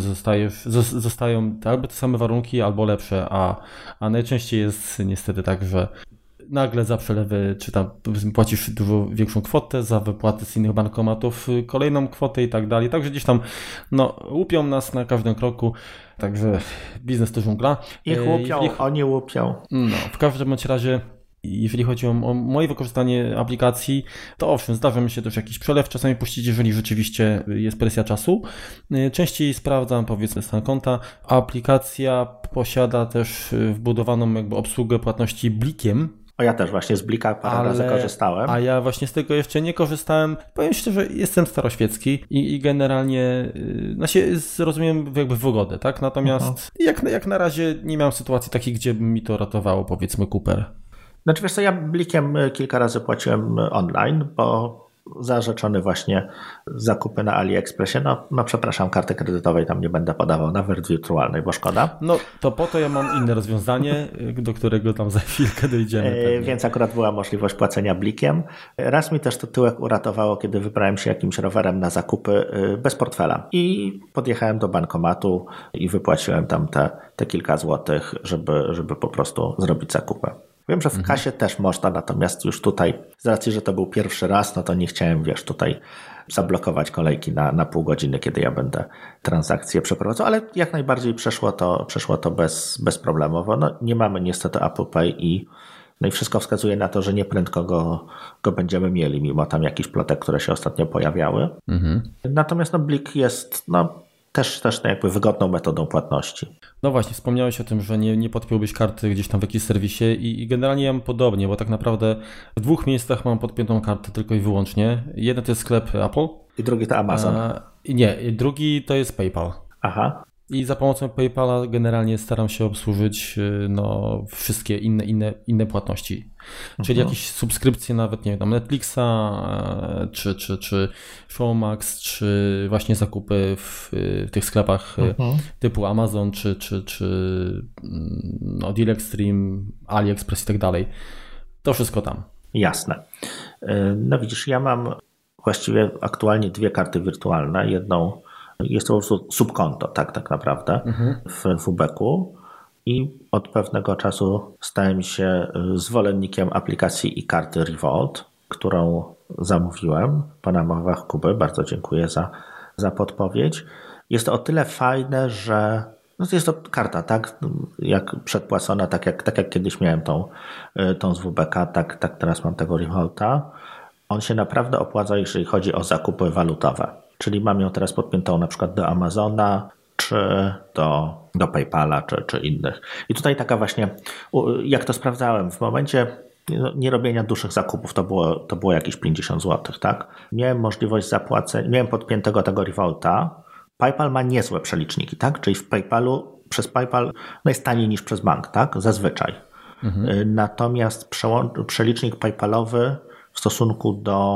zostają albo te same warunki, albo lepsze, a najczęściej jest niestety tak, że nagle za przelewy, czy tam płacisz dużo większą kwotę, za wypłaty z innych bankomatów kolejną kwotę i tak dalej. Także gdzieś tam łupią nas na każdym kroku. Także biznes to dżungla. Ich łupią, oni łupią. W każdym bądź razie, jeżeli chodzi o moje wykorzystanie aplikacji, to owszem, zdarza mi się też jakiś przelew czasami puścić, jeżeli rzeczywiście jest presja czasu. Częściej sprawdzam powiedzmy stan konta. Aplikacja posiada też wbudowaną jakby obsługę płatności blikiem. Ja też właśnie z Blika parę razy korzystałem. A ja właśnie z tego jeszcze nie korzystałem. Powiem szczerze, jestem staroświecki i generalnie rozumiem jakby wygodę, tak? Natomiast jak na razie nie miałem sytuacji takiej, gdzie by mi to ratowało powiedzmy Cooper. Znaczy wiesz co, ja Blikiem kilka razy płaciłem online, bo zarzeczony właśnie zakupy na AliExpressie, przepraszam, karty kredytowej tam nie będę podawał, nawet wirtualnej, bo szkoda. To po to ja mam inne rozwiązanie, do którego tam za chwilkę dojdziemy. Więc akurat była możliwość płacenia Blikiem. Raz mi też to tyłek uratowało, kiedy wybrałem się jakimś rowerem na zakupy bez portfela i podjechałem do bankomatu i wypłaciłem tam te kilka złotych, żeby po prostu zrobić zakupy. Wiem, że w kasie też można, natomiast już tutaj, z racji, że to był pierwszy raz, to nie chciałem, tutaj zablokować kolejki na pół godziny, kiedy ja będę transakcję przeprowadzał, ale jak najbardziej przeszło to bezproblemowo. Nie mamy niestety Apple Pay i wszystko wskazuje na to, że nieprędko go będziemy mieli, mimo tam jakichś plotek, które się ostatnio pojawiały. Natomiast Blik jest też jakby wygodną metodą płatności. Właśnie, wspomniałeś o tym, że nie podpiąłbyś karty gdzieś tam w jakimś serwisie i generalnie ja mam podobnie, bo tak naprawdę w 2 miejscach mam podpiętą kartę tylko i wyłącznie. Jeden to jest sklep Apple. I drugi to Amazon. Drugi to jest PayPal. Aha. I za pomocą PayPala generalnie staram się obsłużyć wszystkie inne płatności. Czyli jakieś subskrypcje nawet, nie wiem, Netflixa, czy Showmax, czy właśnie zakupy w tych sklepach typu Amazon, czy Deal Extreme, AliExpress i tak dalej. To wszystko tam. Jasne. No widzisz, ja mam właściwie aktualnie 2 karty wirtualne. Jedną jest to po prostu subkonto, tak naprawdę w WBEK-u i od pewnego czasu stałem się zwolennikiem aplikacji i karty Revolt, którą zamówiłem po namowach Kuby. Bardzo dziękuję za podpowiedź. Jest to o tyle fajne, że jest to karta, tak? Jak przedpłacona, tak jak kiedyś miałem tą z WBK, tak teraz mam tego Revolta. On się naprawdę opłaca, jeżeli chodzi o zakupy walutowe. Czyli mam ją teraz podpiętą na przykład do Amazona, czy do PayPala, czy innych. I tutaj taka właśnie, jak to sprawdzałem, w momencie nierobienia dłuższych zakupów, to było jakieś 50 zł, tak? Miałem możliwość zapłacenia, miałem podpiętego tego Revolta. PayPal ma niezłe przeliczniki, tak? Czyli w PayPalu, przez PayPal jest taniej niż przez bank, tak? Zazwyczaj. Natomiast przelicznik PayPalowy w stosunku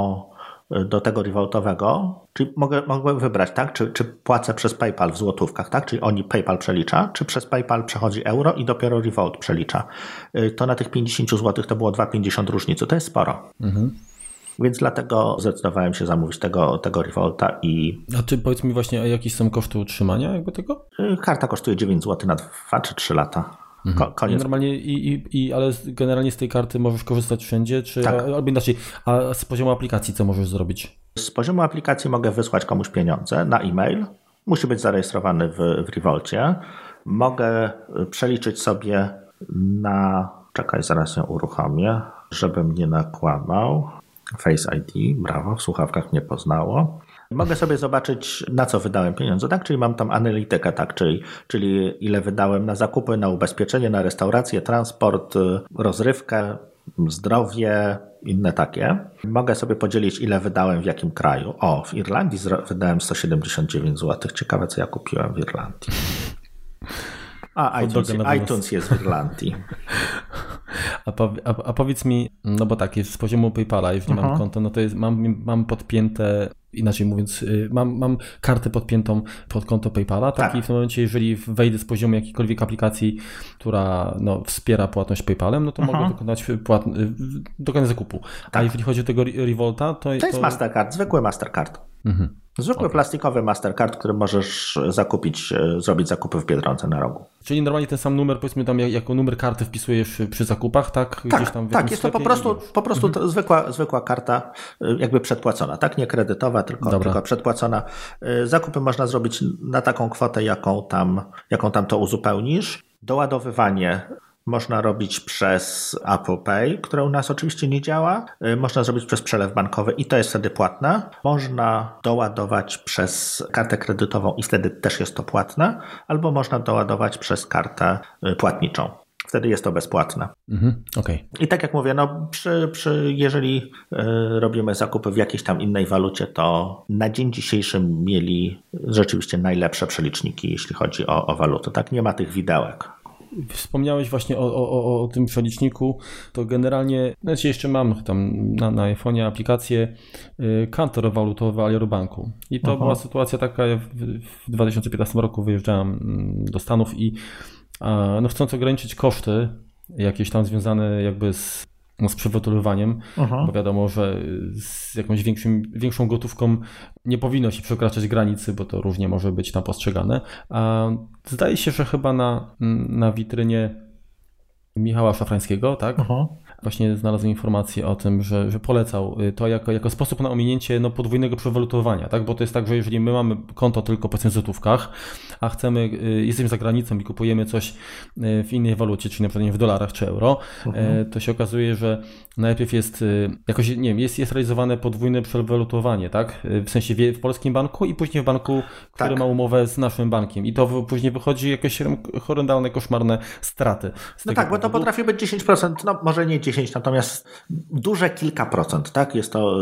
do tego Revoltowego, czyli mogłem wybrać, tak? Czy płacę przez PayPal w złotówkach, tak? Czyli PayPal przelicza, czy przez PayPal przechodzi euro i dopiero Revolt przelicza. To na tych 50 zł to było 2,50 różnicy. To jest sporo. Więc dlatego zdecydowałem się zamówić tego Revolta i... A czy powiedz mi właśnie, a jakieś są koszty utrzymania jakby tego? Karta kosztuje 9 zł na 2 czy 3 lata. Koniec. Normalnie ale generalnie z tej karty możesz korzystać wszędzie, czy tak. Albo inaczej, a z poziomu aplikacji co możesz zrobić? Z poziomu aplikacji mogę wysłać komuś pieniądze na e-mail. Musi być zarejestrowany w Revolcie. Mogę przeliczyć sobie czekaj, zaraz ją uruchomię, żebym nie nakłamał. Face ID, brawo, w słuchawkach mnie poznało. Mogę sobie zobaczyć, na co wydałem pieniądze, tak? Czyli mam tam analitykę, tak? Czyli ile wydałem na zakupy, na ubezpieczenie, na restaurację, transport, rozrywkę, zdrowie, inne takie. Mogę sobie podzielić, ile wydałem w jakim kraju. W Irlandii wydałem 179 zł. Ciekawe, co ja kupiłem w Irlandii. iTunes jest w Irlandii. A powiedz mi, no bo tak, jest z poziomu PayPala, jeżeli mam konto, no to jest, mam podpięte, inaczej mówiąc, mam kartę podpiętą pod konto PayPala, tak? I w tym momencie, jeżeli wejdę z poziomu jakiejkolwiek aplikacji, która wspiera płatność PayPalem, no to mogę dokonać zakupu. A jeżeli chodzi o tego Revolta, to jest Mastercard, zwykły Mastercard. Zwykły plastikowy Mastercard, który możesz zrobić zakupy w Biedronce na rogu. Czyli normalnie ten sam numer, powiedzmy tam jako numer karty wpisujesz przy zakupach, tak? Gdzieś tam tak, jest to po prostu zwykła karta jakby przedpłacona, tak? Nie kredytowa, tylko przedpłacona. Zakupy można zrobić na taką kwotę, jaką tam to uzupełnisz. Doładowywanie można robić przez Apple Pay, które u nas oczywiście nie działa. Można zrobić przez przelew bankowy i to jest wtedy płatne. Można doładować przez kartę kredytową i wtedy też jest to płatne. Albo można doładować przez kartę płatniczą. Wtedy jest to bezpłatne. Okay. I tak jak mówię, jeżeli robimy zakupy w jakiejś tam innej walucie, to na dzień dzisiejszy mieli rzeczywiście najlepsze przeliczniki, jeśli chodzi o walutę. Tak, nie ma tych widełek. Wspomniałeś właśnie o tym przeliczniku, to generalnie, jeszcze mam tam na iPhone'ie aplikację konto walutowe Alior Banku i to była sytuacja taka, w 2015 roku wyjeżdżałem do Stanów i chcąc ograniczyć koszty jakieś tam związane jakby z przewalutowaniem, bo wiadomo, że z jakąś większą gotówką nie powinno się przekraczać granicy, bo to różnie może być tam postrzegane. A zdaje się, że chyba na witrynie Michała Szafrańskiego, tak? Właśnie znalazłem informację o tym, że polecał to jako sposób na ominięcie podwójnego przewalutowania, tak? Bo to jest tak, że jeżeli my mamy konto tylko powiedzmy w złotówkach, a jesteśmy za granicą i kupujemy coś w innej walucie, czyli na przykład w dolarach czy euro, to się okazuje, że najpierw jest jakoś, nie wiem, jest realizowane podwójne przewalutowanie, tak? W sensie w polskim banku i później w banku, który ma umowę z naszym bankiem. I to później wychodzi jakieś horrendalne, koszmarne straty. Bo to potrafi być 10%, może nie 10%, natomiast duże kilka procent, tak? Jest to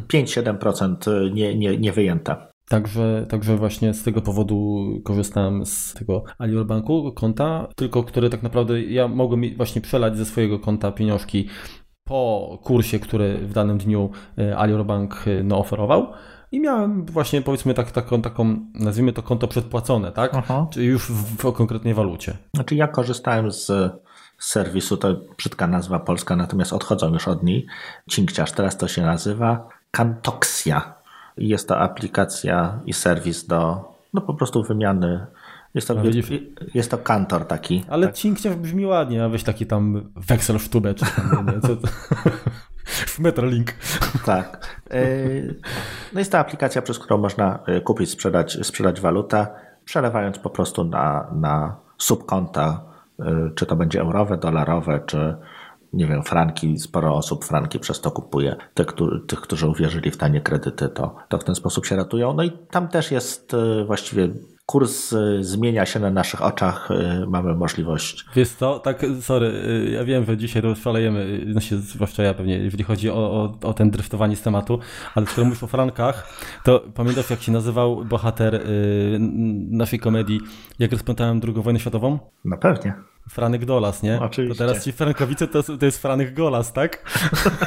5-7% nie wyjęte. Także właśnie z tego powodu korzystałem z tego Alior Banku konta, tylko które tak naprawdę ja mogłem właśnie przelać ze swojego konta pieniążki po kursie, który w danym dniu Alior Bank oferował. I miałem właśnie powiedzmy taką, nazwijmy to konto przedpłacone, tak? Czyli już w konkretnej walucie. Znaczy ja korzystałem z serwisu, to brzydka nazwa polska, natomiast odchodzą już od niej. Cinkciarz, teraz to się nazywa Kantoxia. Jest to aplikacja i serwis do po prostu wymiany. Jest to kantor taki. Ale tak. Cinkciarz brzmi ładnie, a weź taki tam weksel w tubę, czy tam, nie, co to... w Metrolink. Tak. No jest to aplikacja, przez którą można kupić, sprzedać walutę, przelewając po prostu na subkonta, czy to będzie eurowe, dolarowe, czy nie wiem, franki. Sporo osób franki przez to kupuje. Tych, którzy uwierzyli w tanie kredyty, to w ten sposób się ratują. No i tam też jest właściwie kurs zmienia się na naszych oczach, mamy możliwość. Wiesz co, tak, sorry, ja wiem, że dzisiaj rozszalejemy, zwłaszcza ja pewnie, jeżeli chodzi o ten driftowanie z tematu, ale skoro mówisz o frankach, to pamiętasz, jak się nazywał bohater naszej komedii, jak rozpętałem II wojnę światową? No pewnie. Franek Dolas, nie? Oczywiście. To teraz ci frankowice to jest Franek Golas, tak?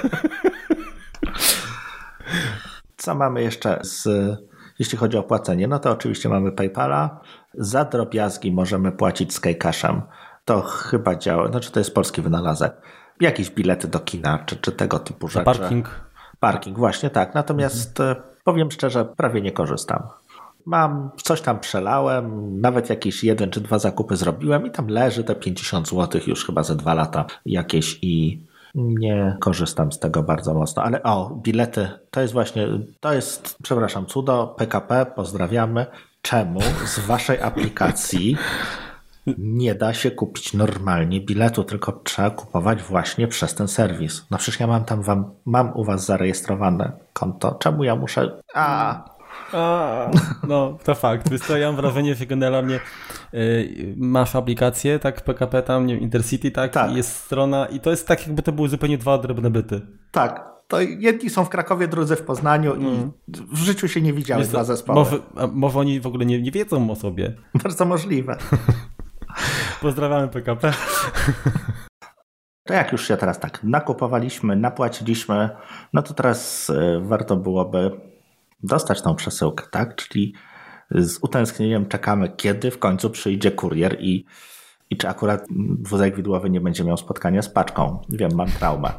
Co mamy jeszcze jeśli chodzi o płacenie, no to oczywiście mamy PayPala. Za drobiazgi możemy płacić Skycashem. To chyba działa, znaczy to jest polski wynalazek. Jakieś bilety do kina, czy tego typu rzeczy. Parking, właśnie tak. Natomiast powiem szczerze, prawie nie korzystam. Coś tam przelałem, nawet jakieś 1 czy 2 zakupy zrobiłem i tam leży te 50 zł już chyba za 2 lata jakieś i nie korzystam z tego bardzo mocno. Ale bilety, to jest, przepraszam, cudo PKP, pozdrawiamy. Czemu z waszej aplikacji nie da się kupić normalnie biletu, tylko trzeba kupować właśnie przez ten serwis? No przecież ja mam u was zarejestrowane konto. Czemu ja muszę... No, to fakt. Wiesz co, ja mam wrażenie, że generalnie masz aplikację, tak, PKP tam, nie wiem, Intercity, tak, i jest strona i to jest tak, jakby to były zupełnie 2 odrębne byty. Tak, to jedni są w Krakowie, drudzy w Poznaniu i w życiu się nie widziały 2 zespoły. Może oni w ogóle nie wiedzą o sobie. Bardzo możliwe. Pozdrawiamy PKP. To jak już się teraz tak nakupowaliśmy, napłaciliśmy, no to teraz warto byłoby dostać tą przesyłkę, tak? Czyli z utęsknieniem czekamy, kiedy w końcu przyjdzie kurier i czy akurat wózek widłowy nie będzie miał spotkania z paczką. Wiem, mam traumę.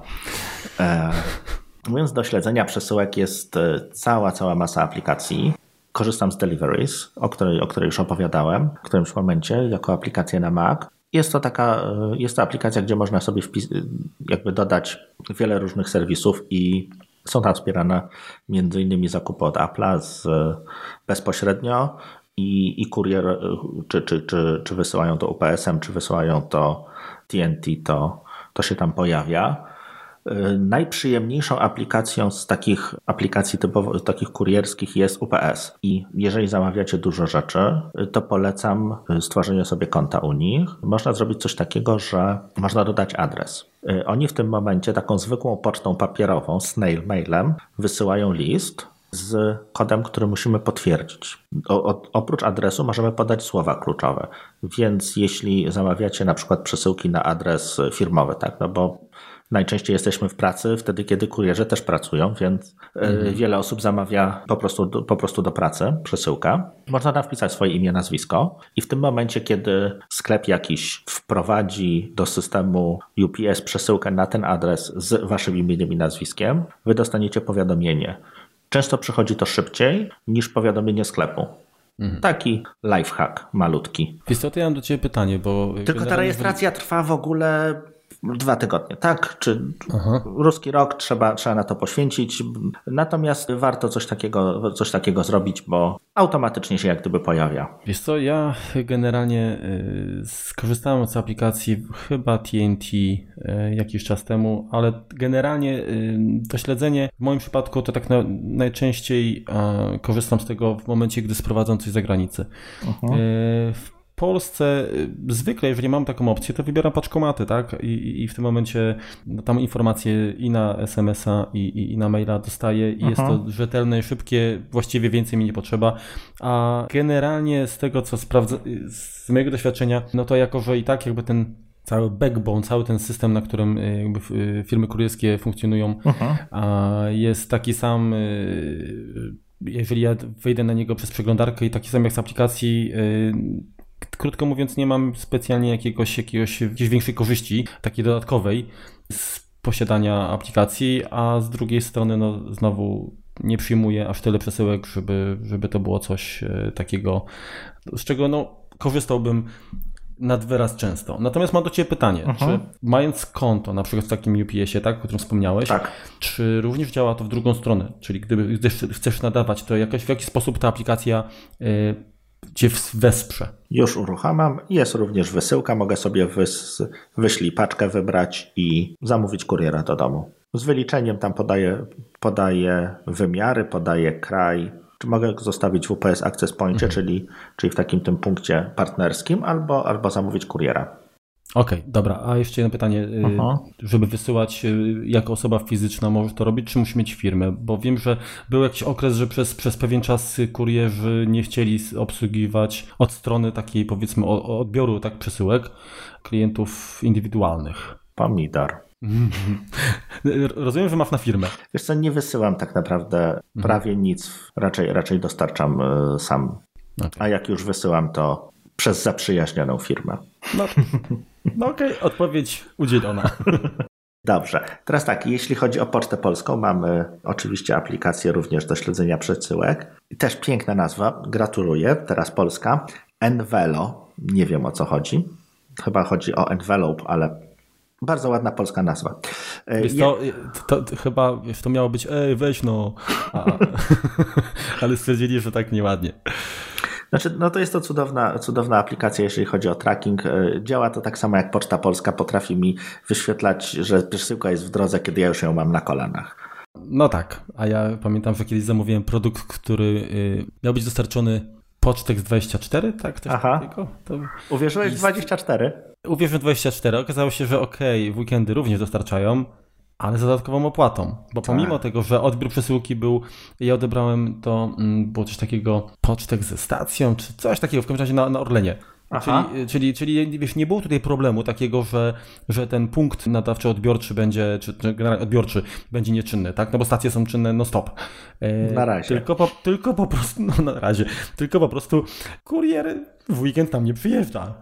Mówiąc, do śledzenia przesyłek jest cała masa aplikacji. Korzystam z Deliveries, o której już opowiadałem w którymś momencie, jako aplikację na Mac. Jest to aplikacja, gdzie można sobie jakby dodać wiele różnych serwisów i są tam wspierane m.in. zakupy od Apple'a bezpośrednio i kurier, czy wysyłają to UPS-em, czy wysyłają to TNT, to się tam pojawia. Najprzyjemniejszą aplikacją z takich aplikacji typowo takich kurierskich jest UPS i jeżeli zamawiacie dużo rzeczy, to polecam stworzenie sobie konta u nich. Można zrobić coś takiego, że można dodać adres. Oni w tym momencie taką zwykłą pocztą papierową, snail mailem, wysyłają list z kodem, który musimy potwierdzić. Oprócz adresu możemy podać słowa kluczowe, więc jeśli zamawiacie na przykład przesyłki na adres firmowy, tak, no bo najczęściej jesteśmy w pracy wtedy, kiedy kurierzy też pracują, więc wiele osób zamawia po prostu do pracy przesyłkę. Można tam wpisać swoje imię, nazwisko i w tym momencie, kiedy sklep jakiś wprowadzi do systemu UPS przesyłkę na ten adres z waszym imieniem i nazwiskiem, wy dostaniecie powiadomienie. Często przychodzi to szybciej niż powiadomienie sklepu. Taki lifehack malutki. Wiesz co, to ja mam do ciebie pytanie, bo... Tylko ta rejestracja trwa w ogóle 2 tygodnie, tak? Czy ruski rok trzeba na to poświęcić. Natomiast warto coś takiego zrobić, bo automatycznie się jak gdyby pojawia. Wiesz co, ja generalnie skorzystałem z aplikacji chyba TNT jakiś czas temu, ale generalnie to śledzenie w moim przypadku to tak najczęściej korzystam z tego w momencie, gdy sprowadzam coś z zagranicy. W Polsce zwykle, jeżeli mam taką opcję, to wybieram paczkomaty, tak? I w tym momencie tam informacje i na SMS-a i na maila dostaję i jest to rzetelne i szybkie, właściwie więcej mi nie potrzeba, a generalnie z tego, co sprawdzę, z mojego doświadczenia, no to jako, że i tak jakby ten cały backbone, cały ten system, na którym jakby firmy kurierskie funkcjonują, jest taki sam, jeżeli ja wejdę na niego przez przeglądarkę i taki sam jak z aplikacji, krótko mówiąc, nie mam specjalnie jakiejś większej korzyści, takiej dodatkowej z posiadania aplikacji, a z drugiej strony no znowu nie przyjmuję aż tyle przesyłek, żeby to było coś takiego, z czego no korzystałbym nad wyraz często. Natomiast mam do Ciebie pytanie, czy mając konto, na przykład w takim UPS-ie, tak, o którym wspomniałeś, tak, czy również działa to w drugą stronę? Czyli gdy chcesz nadawać, to w jaki sposób ta aplikacja Cię wesprze? Już uruchamiam. Jest również wysyłka. Mogę sobie wyślij paczkę wybrać i zamówić kuriera do domu. Z wyliczeniem tam podaję wymiary, podaję kraj. Czy mogę zostawić w UPS Access Pointie, czyli w takim tym punkcie partnerskim, albo zamówić kuriera. Okej, dobra. A jeszcze jedno pytanie. Żeby wysyłać jako osoba fizyczna możesz to robić, czy musisz mieć firmę? Bo wiem, że był jakiś okres, że przez pewien czas kurierzy nie chcieli obsługiwać od strony takiej, powiedzmy, odbioru tak przesyłek klientów indywidualnych. Pomidor. Rozumiem, że masz na firmę. Wiesz co, nie wysyłam tak naprawdę prawie nic. Raczej dostarczam sam. Okay. A jak już wysyłam, to przez zaprzyjaźnioną firmę. No okej, odpowiedź udzielona. Dobrze. Teraz tak, jeśli chodzi o Pocztę Polską, mamy oczywiście aplikację również do śledzenia przesyłek. Też piękna nazwa, gratuluję. Teraz Polska. Envelo, nie wiem o co chodzi. Chyba chodzi o envelope, ale bardzo ładna polska nazwa. To chyba to miało być weź no. Ale stwierdzili, że tak nieładnie. Znaczy, no to jest to cudowna aplikacja, jeżeli chodzi o tracking. Działa to tak samo jak Poczta Polska, potrafi mi wyświetlać, że przesyłka jest w drodze, kiedy ja już ją mam na kolanach. No tak, a ja pamiętam, że kiedyś zamówiłem produkt, który miał być dostarczony Pocztex 24, tak? Aha. Uwierzyłeś w 24? Uwierzyłem w 24. Okazało się, że w weekendy również dostarczają, ale z dodatkową opłatą, bo pomimo tego, że odbiór przesyłki ja odebrałem to, było coś takiego Pocztex ze stacją, czy coś takiego, w każdym razie na Orlenie. Czyli wiesz, nie było tutaj problemu takiego, że ten punkt nadawczy odbiorczy będzie, czy generalnie odbiorczy będzie nieczynny, tak? No bo stacje są czynne non stop. Na razie. Tylko po prostu, no na razie, tylko po prostu kurier w weekend tam nie przyjeżdża.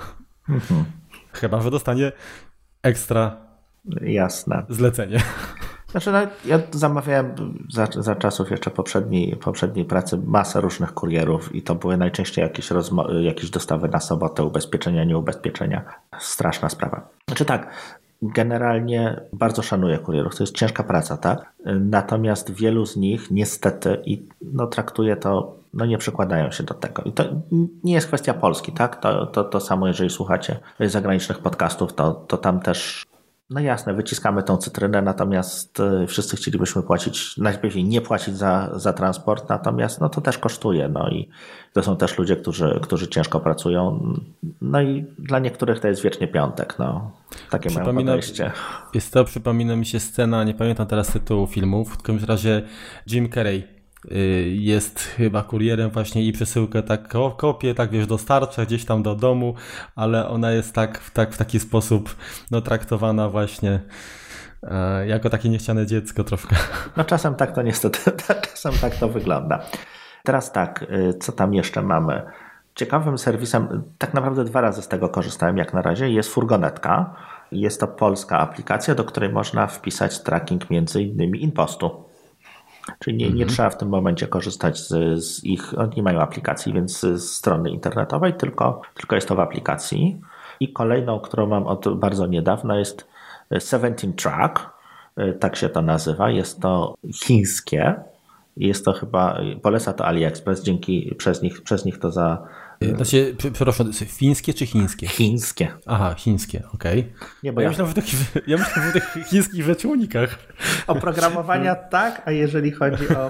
Chyba że dostanie ekstra zlecenie. Znaczy, no, ja zamawiałem za czasów jeszcze poprzedniej pracy masę różnych kurierów i to były najczęściej jakieś dostawy na sobotę, ubezpieczenia, nieubezpieczenia. Straszna sprawa. Znaczy tak, generalnie bardzo szanuję kurierów. To jest ciężka praca, tak? Natomiast wielu z nich niestety traktuje to, nie przykładają się do tego. I to nie jest kwestia Polski, tak? To samo, jeżeli słuchacie zagranicznych podcastów, to tam też no jasne, wyciskamy tą cytrynę, natomiast wszyscy chcielibyśmy płacić, najpierw nie płacić za transport, natomiast to też kosztuje. No i to są też ludzie, którzy ciężko pracują. No i dla niektórych to jest wiecznie piątek. Takie mają podejście. Przypomina mi się scena, nie pamiętam teraz tytułu filmu, w każdym razie Jim Carrey jest chyba kurierem właśnie i przesyłkę tak kopie, tak wiesz, dostarcza gdzieś tam do domu, ale ona jest w taki sposób traktowana właśnie jako takie niechciane dziecko troszkę. No czasem tak to niestety, czasem tak to wygląda. Teraz tak, co tam jeszcze mamy? Ciekawym serwisem, tak naprawdę 2 razy z tego korzystałem jak na razie, jest Furgonetka. Jest to polska aplikacja, do której można wpisać tracking między innymi InPostu. Czyli nie trzeba w tym momencie korzystać z ich, oni nie mają aplikacji, więc z strony internetowej, tylko jest to w aplikacji. I kolejną, którą mam od bardzo niedawna, jest 17 Track, tak się to nazywa. Jest to chińskie. Jest to chyba, poleca to AliExpress, przez nich to Znaczy, przepraszam, fińskie czy chińskie? Chińskie. Aha, chińskie, okej. Ja myślałem w tych chińskich rzeczownikach. Oprogramowania tak, a jeżeli chodzi o...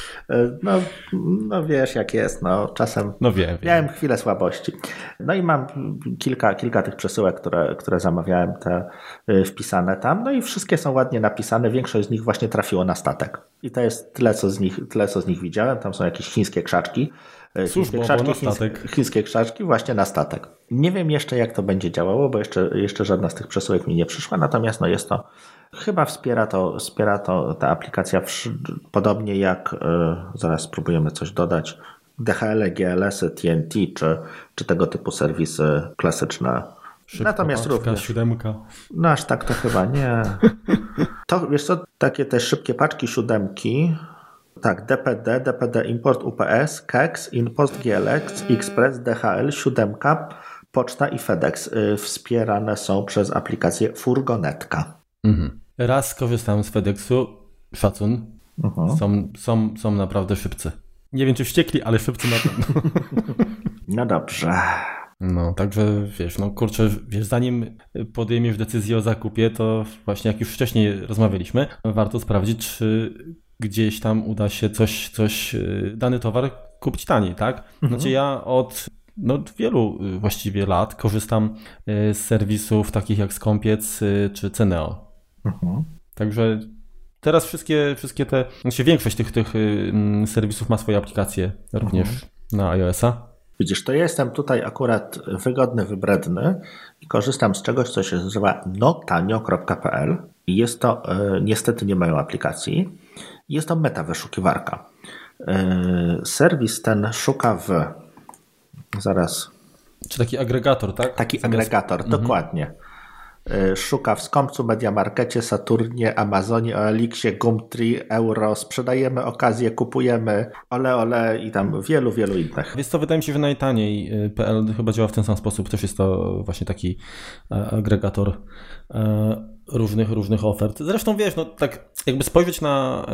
wiesz jak jest, czasem wiem. Miałem chwilę słabości. No i mam kilka tych przesyłek, które zamawiałem, te wpisane tam, no i wszystkie są ładnie napisane, większość z nich właśnie trafiło na statek. I to jest tyle, co z nich widziałem, tam są jakieś chińskie krzaczki. Chińskie krzaczki właśnie na statek. Nie wiem jeszcze jak to będzie działało, bo jeszcze żadna z tych przesyłek mi nie przyszła, natomiast jest to, chyba wspiera to ta aplikacja podobnie jak, zaraz spróbujemy coś dodać, DHL, GLS-y, TNT czy tego typu serwisy klasyczne. Natomiast również 7. No aż tak to chyba nie. To wiesz co, takie te szybkie paczki 7, tak, DPD, DPD Import, UPS, KEX, InPost, GLX, Express, DHL, 7, Poczta i FedEx wspierane są przez aplikację Furgonetka. Raz skorzystałem z FedExu, szacun, są naprawdę szybcy. Nie wiem czy wściekli, ale szybcy na pewno. No dobrze. No, także wiesz, no kurczę, wiesz, zanim podejmiesz decyzję o zakupie, to właśnie jak już wcześniej rozmawialiśmy, warto sprawdzić, czy gdzieś tam uda się dany towar kupić taniej, tak? Znaczy ja od wielu właściwie lat korzystam z serwisów takich jak Skąpiec czy Ceneo. Także teraz wszystkie te, znaczy większość tych serwisów ma swoje aplikacje również na iOS-a. Widzisz, to ja jestem tutaj akurat wygodny, wybredny i korzystam z czegoś, co się nazywa notanio.pl i jest to, niestety nie mają aplikacji, jest to meta wyszukiwarka. Serwis ten szuka zaraz. Czy taki agregator, tak? Taki agregator, dokładnie. Szuka w Skąpcu, Mediamarkecie, Saturnie, Amazonie, OLX-ie, Gumtree, Euro, sprzedajemy okazję, kupujemy, ole i tam wielu innych. Więc to wydaje mi się, że najtaniej.pl chyba działa w ten sam sposób. Też jest to właśnie taki agregator różnych ofert. Zresztą wiesz, no tak jakby spojrzeć na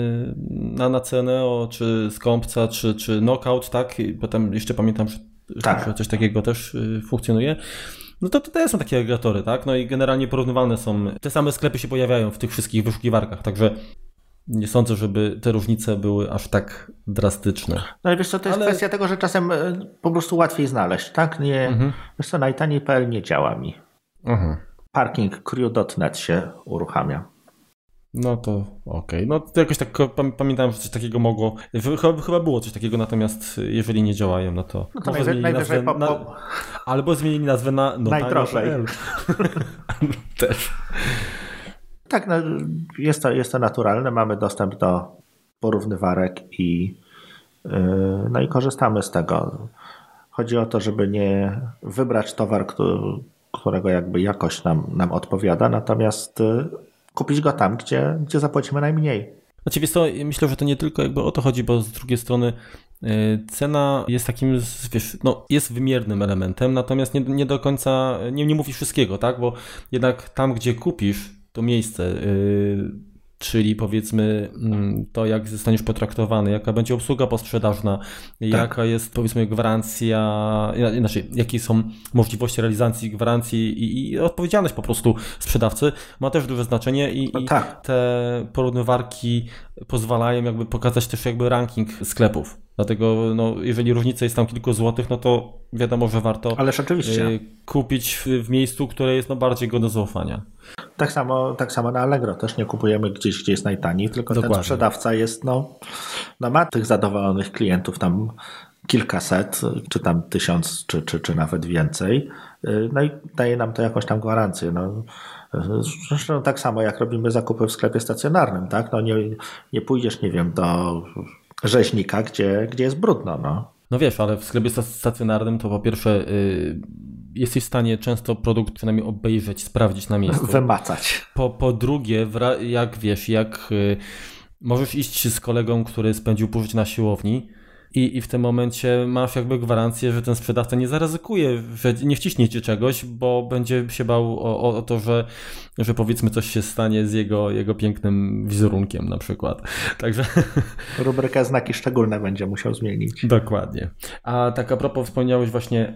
Ceneo, czy Skąpca, czy Knockout, tak? Potem jeszcze pamiętam, że coś takiego też funkcjonuje. No to są takie agregatory, tak? No i generalnie porównywalne są. Te same sklepy się pojawiają w tych wszystkich wyszukiwarkach, także nie sądzę, żeby te różnice były aż tak drastyczne. No i wiesz co, to jest kwestia tego, że czasem po prostu łatwiej znaleźć, tak? Wiesz co, najtaniej.pl nie działa mi. Parkingcrew.net się uruchamia. No to okej. No to jakoś tak pamiętałem, że coś takiego mogło. Chyba było coś takiego, natomiast jeżeli nie działają, no to najwyżej albo zmienili nazwę na najdrożej. Też. Tak, no, jest to naturalne. Mamy dostęp do porównywarek i korzystamy z tego. Chodzi o to, żeby nie wybrać towar, którego jakby jakość nam odpowiada, natomiast kupić go tam, gdzie zapłacimy najmniej. Znaczy wiesz co, myślę, że to nie tylko jakby o to chodzi, bo z drugiej strony cena jest takim, wiesz, no jest wymiernym elementem, natomiast nie do końca, nie mówi wszystkiego, tak, bo jednak tam, gdzie kupisz to miejsce, czyli powiedzmy to, jak zostaniesz potraktowany, jaka będzie obsługa posprzedażna, jaka jest powiedzmy gwarancja, inaczej, jakie są możliwości realizacji gwarancji i odpowiedzialność po prostu sprzedawcy ma też duże znaczenie i te porównywarki pozwalają jakby pokazać też jakby ranking sklepów. Dlatego no, jeżeli różnica jest tam kilku złotych, no to wiadomo, że warto kupić w miejscu, które jest bardziej godne zaufania. Tak samo na Allegro też nie kupujemy gdzieś, gdzie jest najtaniej, tylko ten sprzedawca jest, ma tych zadowolonych klientów tam kilkaset, czy tam 1000, czy nawet więcej. No i daje nam to jakąś tam gwarancję. Zresztą tak samo jak robimy zakupy w sklepie stacjonarnym, tak? Nie pójdziesz, nie wiem, do rzeźnika, gdzie jest brudno, No wiesz, ale w sklepie stacjonarnym to po pierwsze jesteś w stanie często produkt przynajmniej obejrzeć, sprawdzić na miejscu. Wymacać. Po drugie, jak możesz iść z kolegą, który spędził pół życia na siłowni i w tym momencie masz jakby gwarancję, że ten sprzedawca nie zaryzykuje, że nie wciśnie ci czegoś, bo będzie się bał o to, że powiedzmy coś się stanie z jego pięknym wizerunkiem na przykład. Także rubrykę znaki szczególne będzie musiał zmienić. Dokładnie. A tak a propos wspomniałeś właśnie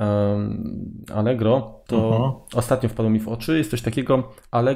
Allegro, to ostatnio wpadło mi w oczy, jest coś takiego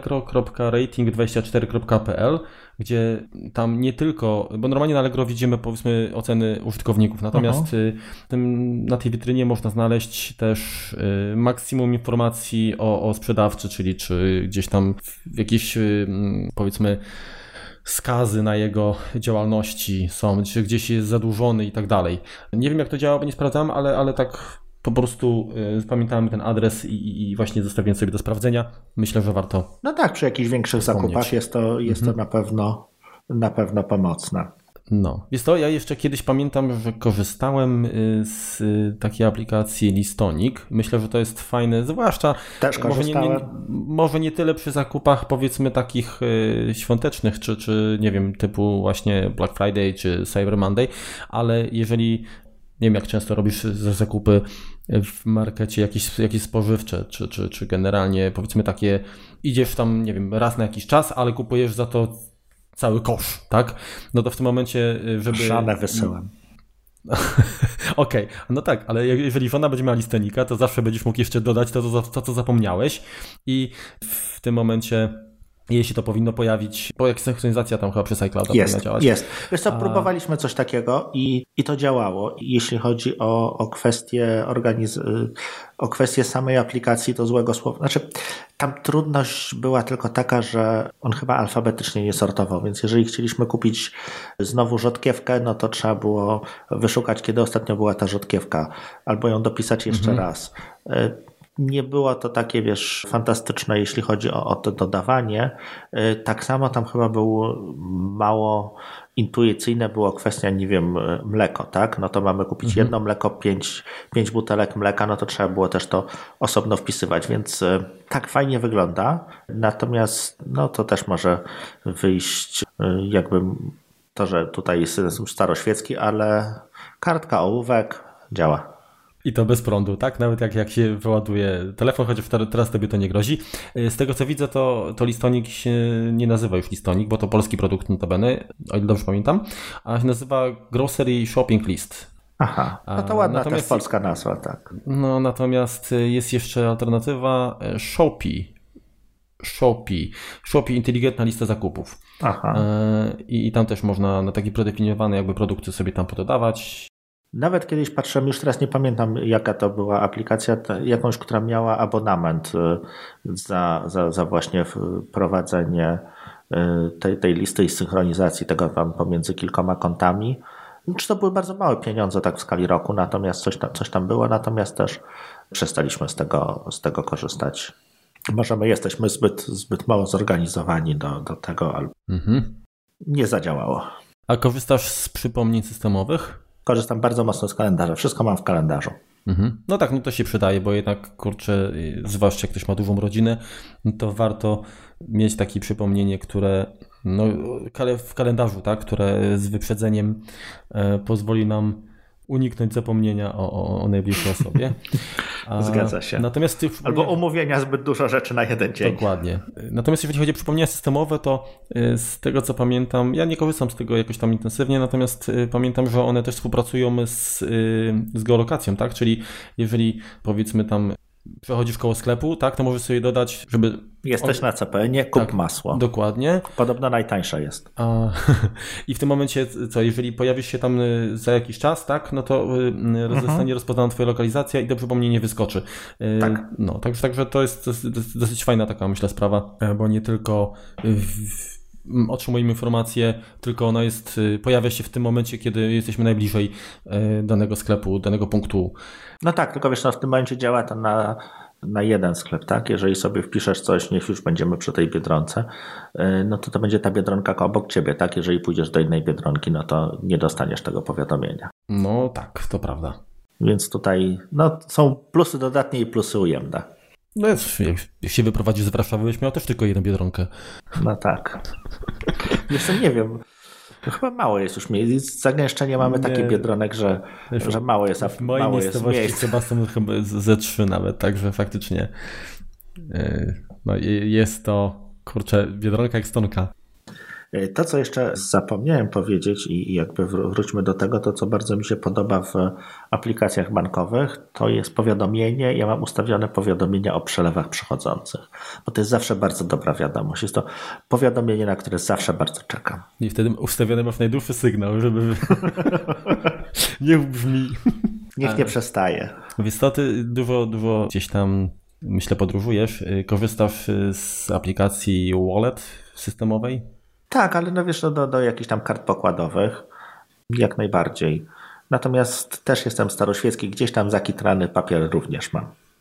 allegro.rating24.pl, gdzie tam nie tylko, bo normalnie na Allegro widzimy powiedzmy oceny użytkowników, natomiast na tej witrynie można znaleźć też maksimum informacji o sprzedawcy, czyli czy gdzieś tam jakieś powiedzmy skazy na jego działalności są, czy gdzieś jest zadłużony i tak dalej. Nie wiem jak to działa, bo nie sprawdzam, ale tak po prostu pamiętałem ten adres i właśnie zostawiłem sobie do sprawdzenia. Myślę, że warto. No tak, przy jakichś większych zakupach jest to na pewno pomocne. No, jest to, ja jeszcze kiedyś pamiętam, że korzystałem z takiej aplikacji Listonik. Myślę, że to jest fajne, zwłaszcza Też korzystałem. Może nie tyle przy zakupach powiedzmy takich świątecznych, czy nie wiem, typu właśnie Black Friday, czy Cyber Monday, ale jeżeli, nie wiem jak często robisz zakupy w markecie jakieś spożywcze, czy generalnie powiedzmy takie, idziesz tam, nie wiem, raz na jakiś czas, ale kupujesz za to cały kosz, tak? No to w tym momencie, żeby... Żonę wysyłam. Okej, no tak, ale jeżeli żona będzie miała listonika, to zawsze będziesz mógł jeszcze dodać to, co zapomniałeś i w tym momencie jeśli to powinno pojawić, bo jak synchronizacja tam chyba przez iClouda powinna działać. Jest. Wiesz co, próbowaliśmy coś takiego i to działało. Jeśli chodzi o kwestię samej aplikacji, to złego słowa. Znaczy, tam trudność była tylko taka, że on chyba alfabetycznie nie sortował, więc jeżeli chcieliśmy kupić znowu rzodkiewkę, no to trzeba było wyszukać, kiedy ostatnio była ta rzodkiewka, albo ją dopisać jeszcze raz. Nie było to takie, wiesz, fantastyczne, jeśli chodzi o to dodawanie. Tak samo tam chyba było mało intuicyjne, była kwestia, nie wiem, mleko, tak? No to mamy kupić jedno mleko, 5 butelek mleka, no to trzeba było też to osobno wpisywać, więc tak fajnie wygląda. Natomiast no to też może wyjść jakby to, że tutaj jest staroświecki, ale kartka, ołówek działa. I to bez prądu, tak? Nawet jak się wyładuje telefon, chociaż teraz tobie to nie grozi. Z tego co widzę, to Listonik się nie nazywa już Listonik, bo to polski produkt notabene, o ile dobrze pamiętam, a się nazywa Grocery Shopping List. Aha, no to ładna też polska nazwa, tak. No natomiast jest jeszcze alternatywa Shopee, inteligentna lista zakupów. Aha. I tam też można na takie predefiniowane jakby produkty sobie tam pododawać. Nawet kiedyś patrzyłem, już teraz nie pamiętam jaka to była aplikacja, jakąś, która miała abonament za właśnie prowadzenie tej listy i synchronizacji tego tam pomiędzy kilkoma kontami. Czy to były bardzo małe pieniądze tak w skali roku, natomiast coś tam było, natomiast też przestaliśmy z tego korzystać. Może my jesteśmy zbyt mało zorganizowani do tego, ale nie zadziałało. A korzystasz z przypomnień systemowych? Korzystam bardzo mocno z kalendarza. Wszystko mam w kalendarzu. No tak, no to się przydaje, bo jednak kurczę, zwłaszcza jak ktoś ma dużą rodzinę, no to warto mieć takie przypomnienie, które no, w kalendarzu, tak, które z wyprzedzeniem pozwoli nam uniknąć zapomnienia o najbliższej osobie. Zgadza się. Natomiast albo umówienia zbyt dużo rzeczy na jeden dzień. Dokładnie. Natomiast jeżeli chodzi o przypomnienia systemowe, to z tego co pamiętam, ja nie korzystam z tego jakoś tam intensywnie, natomiast pamiętam, że one też współpracują z geolokacją, tak? Czyli jeżeli powiedzmy tam przechodzisz koło sklepu, tak, to możesz sobie dodać, żeby... Jesteś na CPN-ie, kup tak, masło. Dokładnie. Podobno najtańsze jest. I w tym momencie, jeżeli pojawisz się tam za jakiś czas, tak, no to zostanie rozpoznana twoja lokalizacja i to przypomnienie wyskoczy. Tak. No, także to jest dosyć fajna taka, myślę, sprawa, bo nie tylko otrzymujemy informację, tylko ona pojawia się w tym momencie, kiedy jesteśmy najbliżej danego sklepu, danego punktu. No tak, tylko wiesz, no w tym momencie działa to na jeden sklep, tak? Jeżeli sobie wpiszesz coś, niech już będziemy przy tej Biedronce, no to będzie ta Biedronka obok ciebie, tak? Jeżeli pójdziesz do innej Biedronki, no to nie dostaniesz tego powiadomienia. No tak, to prawda. Więc tutaj no, są plusy dodatnie i plusy ujemne. No jak się wyprowadzisz z Warszawy, byś miał też tylko jedną Biedronkę. No tak. Jeszcze nie wiem. No chyba mało jest już miejsc. Z Zagęszczenia mamy taki Biedronek, że mało jest. W mojej miejscowości chyba są chyba ze 3 nawet, także faktycznie no jest to, kurczę, Biedronka jak stonka. To, co jeszcze zapomniałem powiedzieć i jakby wróćmy do tego, to co bardzo mi się podoba w aplikacjach bankowych, to jest powiadomienie. Ja mam ustawione powiadomienia o przelewach przychodzących, bo to jest zawsze bardzo dobra wiadomość. Jest to powiadomienie, na które zawsze bardzo czekam. I wtedy ustawiony masz najdłuższy sygnał, żeby niech brzmi. Niech nie przestaje. Wiesz co, ty dużo gdzieś tam, myślę, podróżujesz. Korzystasz z aplikacji Wallet systemowej? Tak, ale no wiesz, do jakichś tam kart pokładowych jak najbardziej. Natomiast też jestem staroświecki, gdzieś tam zakitrany papier również mam.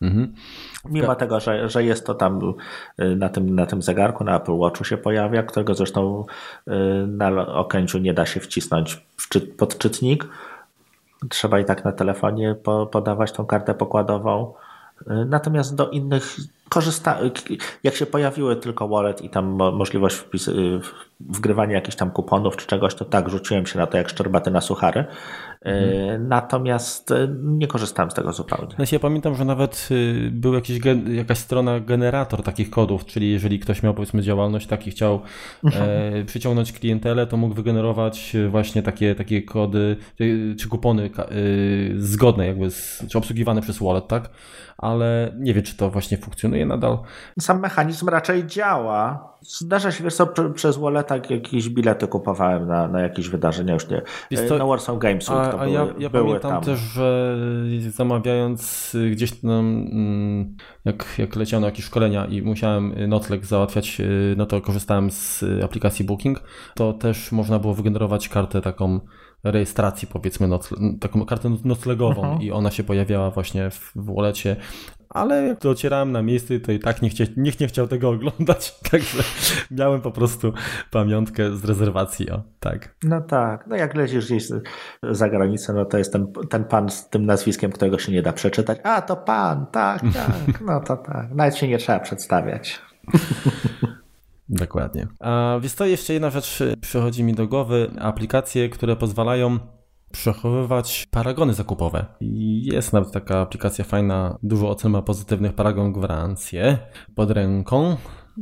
Mimo tego, że jest to tam na tym zegarku, na Apple Watchu się pojawia, którego zresztą na okęciu nie da się wcisnąć pod czytnik. Trzeba i tak na telefonie podawać tą kartę pokładową. Natomiast do innych jak się pojawiły tylko wallet i tam możliwość wgrywania jakichś tam kuponów czy czegoś, to tak, rzuciłem się na to jak szczerbaty na suchary. Natomiast nie korzystałem z tego zupełnie. Ja pamiętam, że nawet był jakaś strona generator takich kodów, czyli jeżeli ktoś miał powiedzmy działalność i chciał przyciągnąć klientelę, to mógł wygenerować właśnie takie kody czy kupony zgodne czy obsługiwane przez wallet, tak? Ale nie wiem, czy to właśnie funkcjonuje nadal. Sam mechanizm raczej działa. Zdarza się, wiesz co, przez walleta jakieś bilety kupowałem na jakieś wydarzenia, już nie. Na Warsaw Games Week to ja były pamiętam tam. też, że zamawiając gdzieś tam, jak leciano jakieś szkolenia i musiałem nocleg załatwiać, no to korzystałem z aplikacji Booking, to też można było wygenerować kartę taką rejestracji, powiedzmy, taką kartę noclegową i ona się pojawiała właśnie w wallecie, ale jak docierałem na miejsce, to i tak nikt nie chciał tego oglądać, także miałem po prostu pamiątkę z rezerwacji, tak. No tak, no jak lecisz gdzieś za granicę, no to jest ten pan z tym nazwiskiem, którego się nie da przeczytać. A, to pan, tak, no to tak, nawet się nie trzeba przedstawiać. Dokładnie. A wiesz co, jeszcze jedna rzecz przychodzi mi do głowy. Aplikacje, które pozwalają przechowywać paragony zakupowe. I jest nawet taka aplikacja fajna, dużo ocen ma pozytywnych, Paragon Gwarancje pod ręką.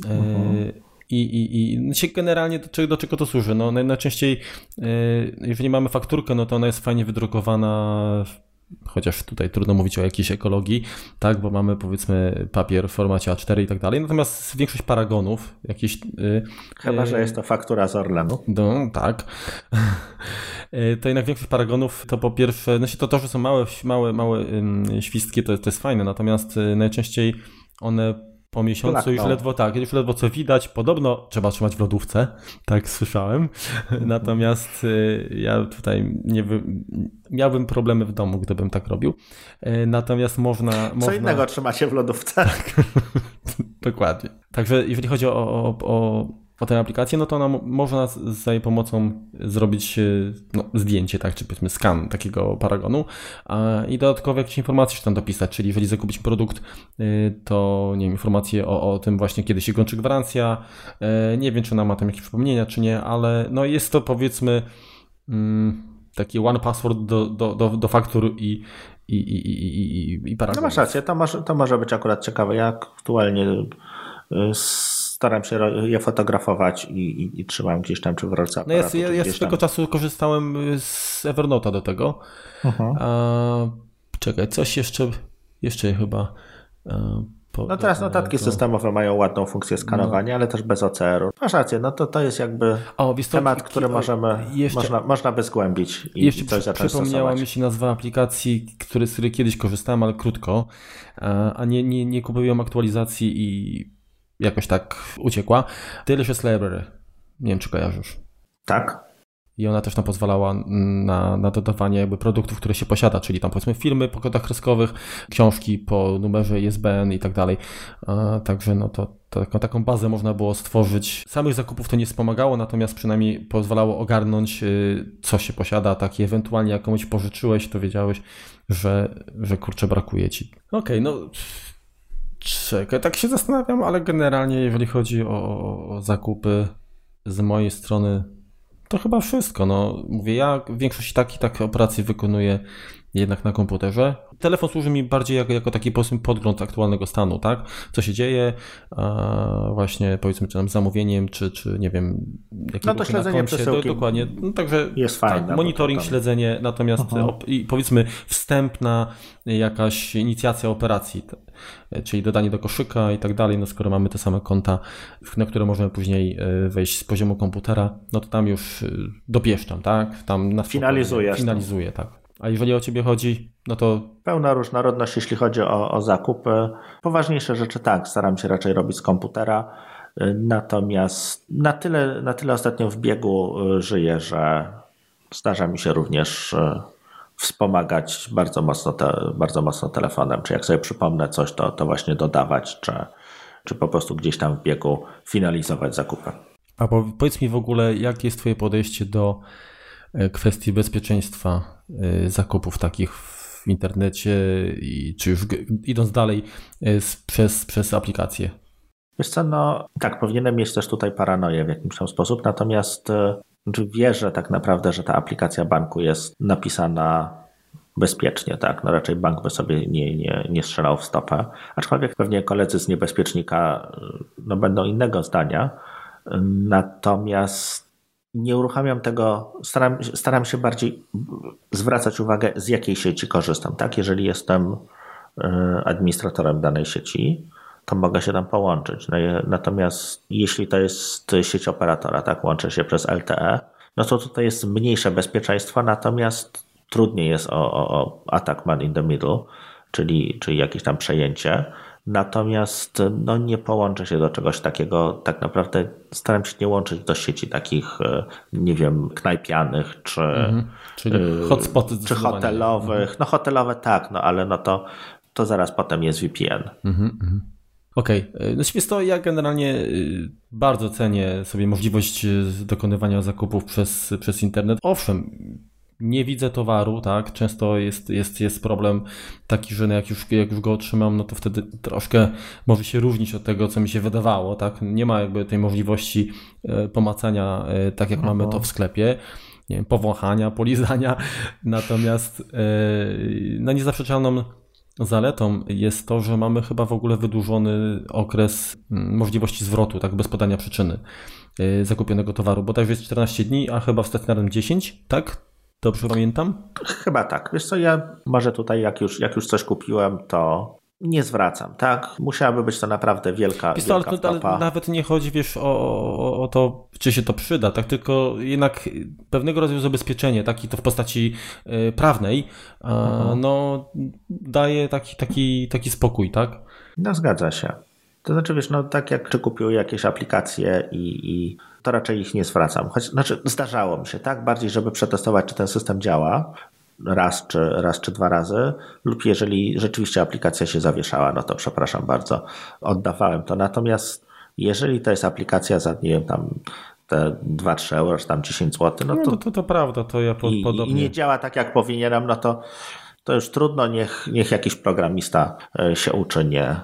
I generalnie do czego to służy? No najczęściej, jeżeli mamy fakturkę, no to ona jest fajnie wydrukowana, chociaż tutaj trudno mówić o jakiejś ekologii, tak, bo mamy powiedzmy papier w formacie A4 i tak dalej, natomiast większość paragonów jakieś... Chyba, że jest to faktura z Orlenu. No, tak. To jednak większość paragonów to po pierwsze, znaczy to, że są małe świstki, to jest fajne, natomiast najczęściej one po miesiącu już ledwo co widać. Podobno trzeba trzymać w lodówce, tak słyszałem. Natomiast ja tutaj miałbym problemy w domu, gdybym tak robił. Natomiast można... Co innego trzymacie w lodówce. Tak. Dokładnie. Także jeżeli chodzi o tę aplikację, no to ona można z jej pomocą zrobić zdjęcie, tak, czy powiedzmy skan takiego paragonu i dodatkowo jakieś informacje się tam dopisać, czyli jeżeli zakupić produkt, to nie wiem, informacje o tym właśnie, kiedy się kończy gwarancja, nie wiem, czy ona ma tam jakieś przypomnienia, czy nie, ale no jest to powiedzmy taki one password do faktur i paragonu. No masz rację, to może być akurat ciekawe. Ja aktualnie staram się je fotografować i trzymam gdzieś tam, czy w rolce aparatu. No ja z tego czasu korzystałem z Evernote'a do tego. Czekaj, coś jeszcze chyba... No teraz notatki systemowe mają ładną funkcję skanowania, ale też bez OCR-u. Masz rację, no to jest jakby temat, który można by zgłębić i coś zacząć stosować. Przypomniała mi się nazwa aplikacji, z której kiedyś korzystałem, ale krótko, a nie kupiłem aktualizacji i jakoś tak uciekła. Delicious Library. Nie wiem, czy kojarzysz. Tak. I ona też nam pozwalała na dodawanie jakby produktów, które się posiada, czyli tam powiedzmy firmy po kodach kreskowych, książki po numerze ISBN i tak dalej. Także no to taką bazę można było stworzyć. Samych zakupów to nie wspomagało, natomiast przynajmniej pozwalało ogarnąć, co się posiada, tak i ewentualnie jak komuś pożyczyłeś, to wiedziałeś, że kurczę, brakuje ci. Okej, no czekaj, tak się zastanawiam, ale generalnie jeżeli chodzi o zakupy z mojej strony, to chyba wszystko. No, mówię, ja w większości takie operacje wykonuję jednak na komputerze. Telefon służy mi bardziej jako taki podgląd aktualnego stanu, tak? Co się dzieje, właśnie powiedzmy, czy tam zamówieniem, czy nie wiem, no to śledzenie przesyłki. Dokładnie. No, także jest fajne. Tak, monitoring, śledzenie, natomiast i powiedzmy wstępna jakaś inicjacja operacji, czyli dodanie do koszyka i tak dalej, no skoro mamy te same konta, na które możemy później wejść z poziomu komputera, no to tam już dopieszczam, tak? Tam finalizuję, tak. A jeżeli o ciebie chodzi, no to... Pełna różnorodność, jeśli chodzi o zakupy. Poważniejsze rzeczy tak, staram się raczej robić z komputera. Natomiast na tyle ostatnio w biegu żyję, że zdarza mi się również wspomagać bardzo mocno telefonem. Czy jak sobie przypomnę coś, to właśnie dodawać, czy po prostu gdzieś tam w biegu finalizować zakupy. A powiedz mi w ogóle, jakie jest Twoje podejście do kwestii bezpieczeństwa zakupów takich w internecie czy już idąc dalej przez aplikacje? Wiesz co, no tak, powinienem mieć też tutaj paranoję w jakimś tam sposób, natomiast wierzę tak naprawdę, że ta aplikacja banku jest napisana bezpiecznie, tak, no raczej bank by sobie nie strzelał w stopę, aczkolwiek pewnie koledzy z niebezpiecznika no, będą innego zdania, natomiast nie uruchamiam tego, staram się bardziej zwracać uwagę, z jakiej sieci korzystam, tak, jeżeli jestem administratorem danej sieci, to mogę się tam połączyć. No, natomiast jeśli to jest sieć operatora, tak, łączę się przez LTE, no to tutaj jest mniejsze bezpieczeństwo, natomiast trudniej jest o attack man in the middle, czyli jakieś tam przejęcie. Natomiast no, nie połączę się do czegoś takiego, tak naprawdę staram się nie łączyć do sieci takich, nie wiem, knajpianych, czyli hotspoty czy hotelowych. No hotelowe tak, no ale no to zaraz potem jest VPN. Okej. Znaczy jest to, ja generalnie bardzo cenię sobie możliwość dokonywania zakupów przez internet. Owszem, nie widzę towaru, tak? Często jest problem taki, że jak już go otrzymam, no to wtedy troszkę może się różnić od tego, co mi się wydawało, tak? Nie ma jakby tej możliwości pomacania, tak jak mamy to w sklepie, nie wiem, powąchania, polizania. Natomiast no niezaprzeczalną zaletą jest to, że mamy chyba w ogóle wydłużony okres możliwości zwrotu, tak, bez podania przyczyny zakupionego towaru, bo też jest 14 dni, a chyba w stacjonarnym 10, tak? Dobrze pamiętam? Chyba tak. Wiesz co, ja może tutaj jak już coś kupiłem, to nie zwracam, tak? Musiałaby być to naprawdę wielka ale nawet nie chodzi, wiesz, o to, czy się to przyda, tak? Tylko jednak pewnego rodzaju zabezpieczenie, tak? I to w postaci prawnej, no daje taki spokój, tak? No zgadza się. To znaczy, wiesz, no tak jak czy kupiłem jakieś aplikacje i to raczej ich nie zwracam. Znaczy zdarzało mi się, tak? Bardziej, żeby przetestować, czy ten system działa raz czy dwa razy, lub jeżeli rzeczywiście aplikacja się zawieszała, no to przepraszam bardzo, oddawałem to. Natomiast jeżeli to jest aplikacja za, nie wiem, tam te 2-3 euro, czy tam 10 zł, no to prawda, to ja podobnie. I nie działa tak, jak powinienem, no to już trudno, niech jakiś programista się uczy,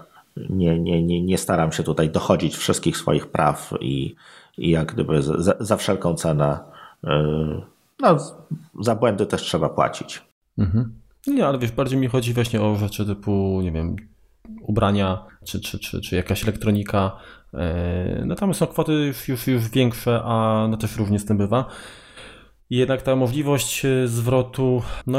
nie staram się tutaj dochodzić wszystkich swoich praw i jak gdyby za wszelką cenę, no za błędy też trzeba płacić. Nie, ale wiesz, bardziej mi chodzi właśnie o rzeczy typu, nie wiem, ubrania czy jakaś elektronika. No tam są kwoty już większe, a no też różnie z tym bywa. I jednak ta możliwość zwrotu no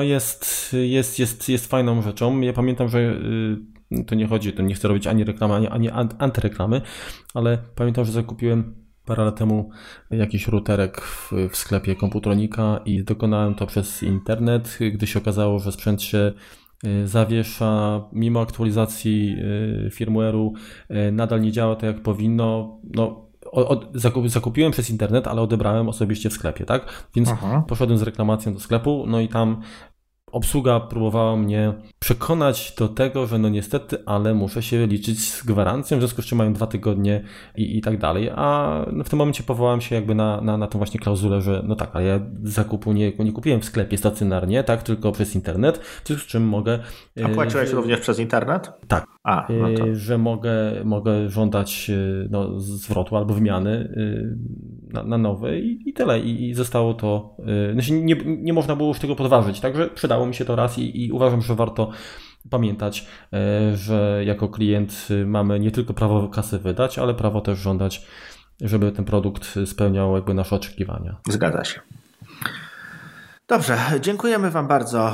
jest fajną rzeczą. Ja pamiętam, że to nie chodzi, to nie chcę robić ani reklamy, ani antyreklamy, ale pamiętam, że zakupiłem parę lat temu jakiś routerek w sklepie Komputronika i dokonałem to przez internet, gdy się okazało, że sprzęt się zawiesza, mimo aktualizacji firmware'u nadal nie działa tak jak powinno. No, zakupiłem przez internet, ale odebrałem osobiście w sklepie, tak? Więc poszedłem z reklamacją do sklepu, no i tam obsługa próbowała mnie przekonać do tego, że no niestety, ale muszę się liczyć z gwarancją, w związku z czym mają 2 tygodnie i tak dalej, a no w tym momencie powołałem się jakby na tą właśnie klauzulę, że no tak, ale ja zakupu nie kupiłem w sklepie stacjonarnie, tak, tylko przez internet, w związku z czym mogę... A płaciłeś również przez internet? Tak. No to... że mogę żądać no, zwrotu albo wymiany na nowy i tyle. I zostało to... Znaczy nie można było już tego podważyć, także przydało mi się to raz i uważam, że warto pamiętać, że jako klient mamy nie tylko prawo kasy wydać, ale prawo też żądać, żeby ten produkt spełniał jakby nasze oczekiwania. Zgadza się. Dobrze, dziękujemy Wam bardzo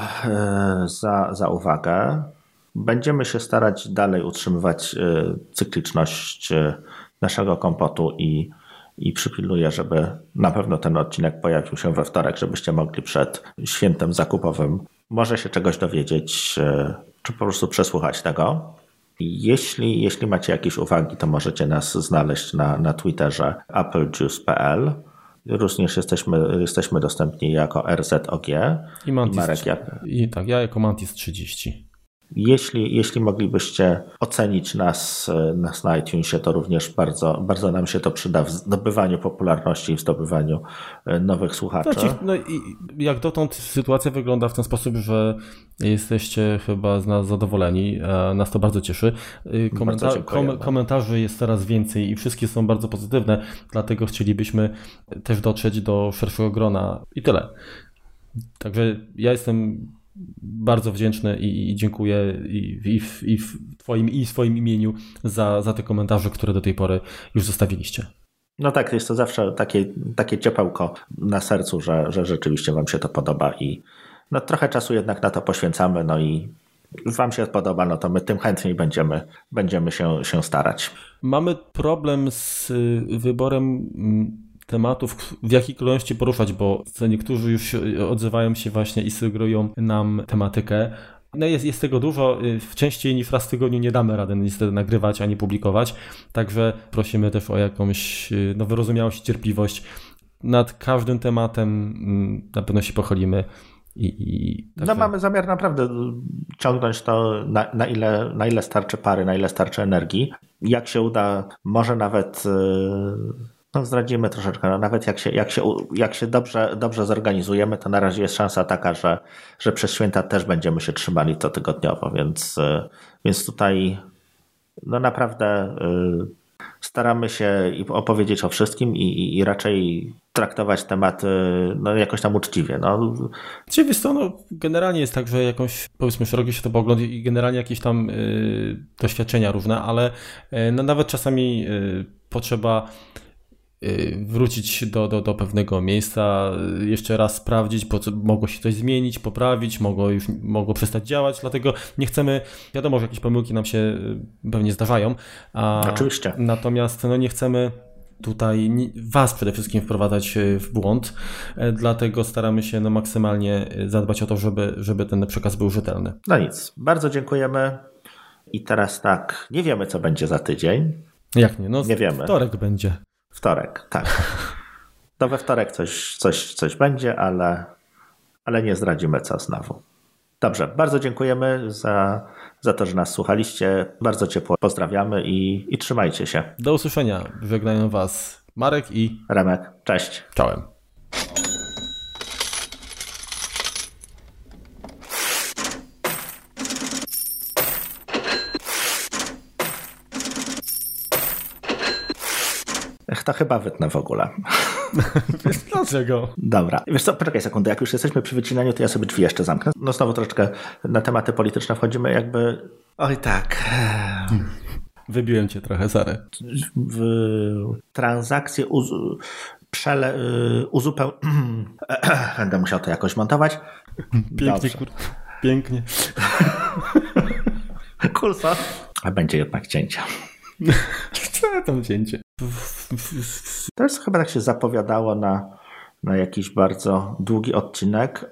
za uwagę. Będziemy się starać dalej utrzymywać cykliczność naszego kompotu i przypilnuję, żeby na pewno ten odcinek pojawił się we wtorek, żebyście mogli przed świętem zakupowym może się czegoś dowiedzieć, czy po prostu przesłuchać tego. Jeśli macie jakieś uwagi, to możecie nas znaleźć na Twitterze applejuice.pl. Również jesteśmy dostępni jako RZOG. I Mantis, Marek ja jako Mantis 30. Jeśli moglibyście ocenić nas na iTunesie, to również bardzo nam się to przyda w zdobywaniu popularności i w zdobywaniu nowych słuchaczy. No i jak dotąd sytuacja wygląda w ten sposób, jesteście chyba z nas zadowoleni. Nas to bardzo cieszy. Komentarzy jest coraz więcej i wszystkie są bardzo pozytywne, dlatego chcielibyśmy też dotrzeć do szerszego grona i tyle. Także ja jestem bardzo wdzięczny i dziękuję i w Twoim i swoim imieniu za te komentarze, które do tej pory już zostawiliście. No tak, jest to zawsze takie ciepełko na sercu, że rzeczywiście Wam się to podoba i no trochę czasu jednak na to poświęcamy, no i Wam się podoba, no to my tym chętniej będziemy się starać. Mamy problem z wyborem tematów, w jakiej kolejności poruszać, bo niektórzy już odzywają się właśnie i sugerują nam tematykę. No jest tego dużo, częściej niż raz w tygodniu nie damy rady niestety nagrywać ani publikować, także prosimy też o jakąś wyrozumiałość i cierpliwość. Nad każdym tematem na pewno się pochylimy. No mamy zamiar naprawdę ciągnąć to na ile starczy pary, na ile starczy energii. Jak się uda, może nawet zdradzimy troszeczkę, no nawet jak się dobrze zorganizujemy, to na razie jest szansa taka, że przez święta też będziemy się trzymali to tygodniowo, więc tutaj no naprawdę staramy się opowiedzieć o wszystkim i raczej traktować tematy no jakoś tam uczciwie. No. Generalnie jest tak, że jakąś powiedzmy szeroki światopogląd i generalnie jakieś tam doświadczenia różne, ale no nawet czasami potrzeba wrócić do pewnego miejsca, jeszcze raz sprawdzić, mogło się coś zmienić, poprawić, mogło przestać działać, dlatego nie chcemy, wiadomo, że jakieś pomyłki nam się pewnie zdarzają. Oczywiście. Natomiast nie chcemy tutaj Was przede wszystkim wprowadzać w błąd, dlatego staramy się maksymalnie zadbać o to, żeby ten przekaz był rzetelny. No nic, bardzo dziękujemy i teraz tak, nie wiemy co będzie za tydzień. Jak nie? No nie wiemy. Wtorek będzie. Wtorek, tak. To we wtorek coś będzie, ale nie zdradzimy co znowu. Dobrze, bardzo dziękujemy za to, że nas słuchaliście. Bardzo ciepło pozdrawiamy i trzymajcie się. Do usłyszenia. Żegnają Was Marek i Remek. Cześć. Czołem. To chyba wytnę w ogóle. Dlaczego? Dobra. Wiesz co, poczekaj sekundę. Jak już jesteśmy przy wycinaniu, to ja sobie drzwi jeszcze zamknę. No znowu troszeczkę na tematy polityczne wchodzimy jakby... Oj tak. Wybiłem cię trochę, sorry. W transakcję Będę musiał to jakoś montować. Pięknie, pięknie. Kursa. A będzie jednak cięcia. Co tam cięcie? To jest chyba tak się zapowiadało na jakiś bardzo długi odcinek,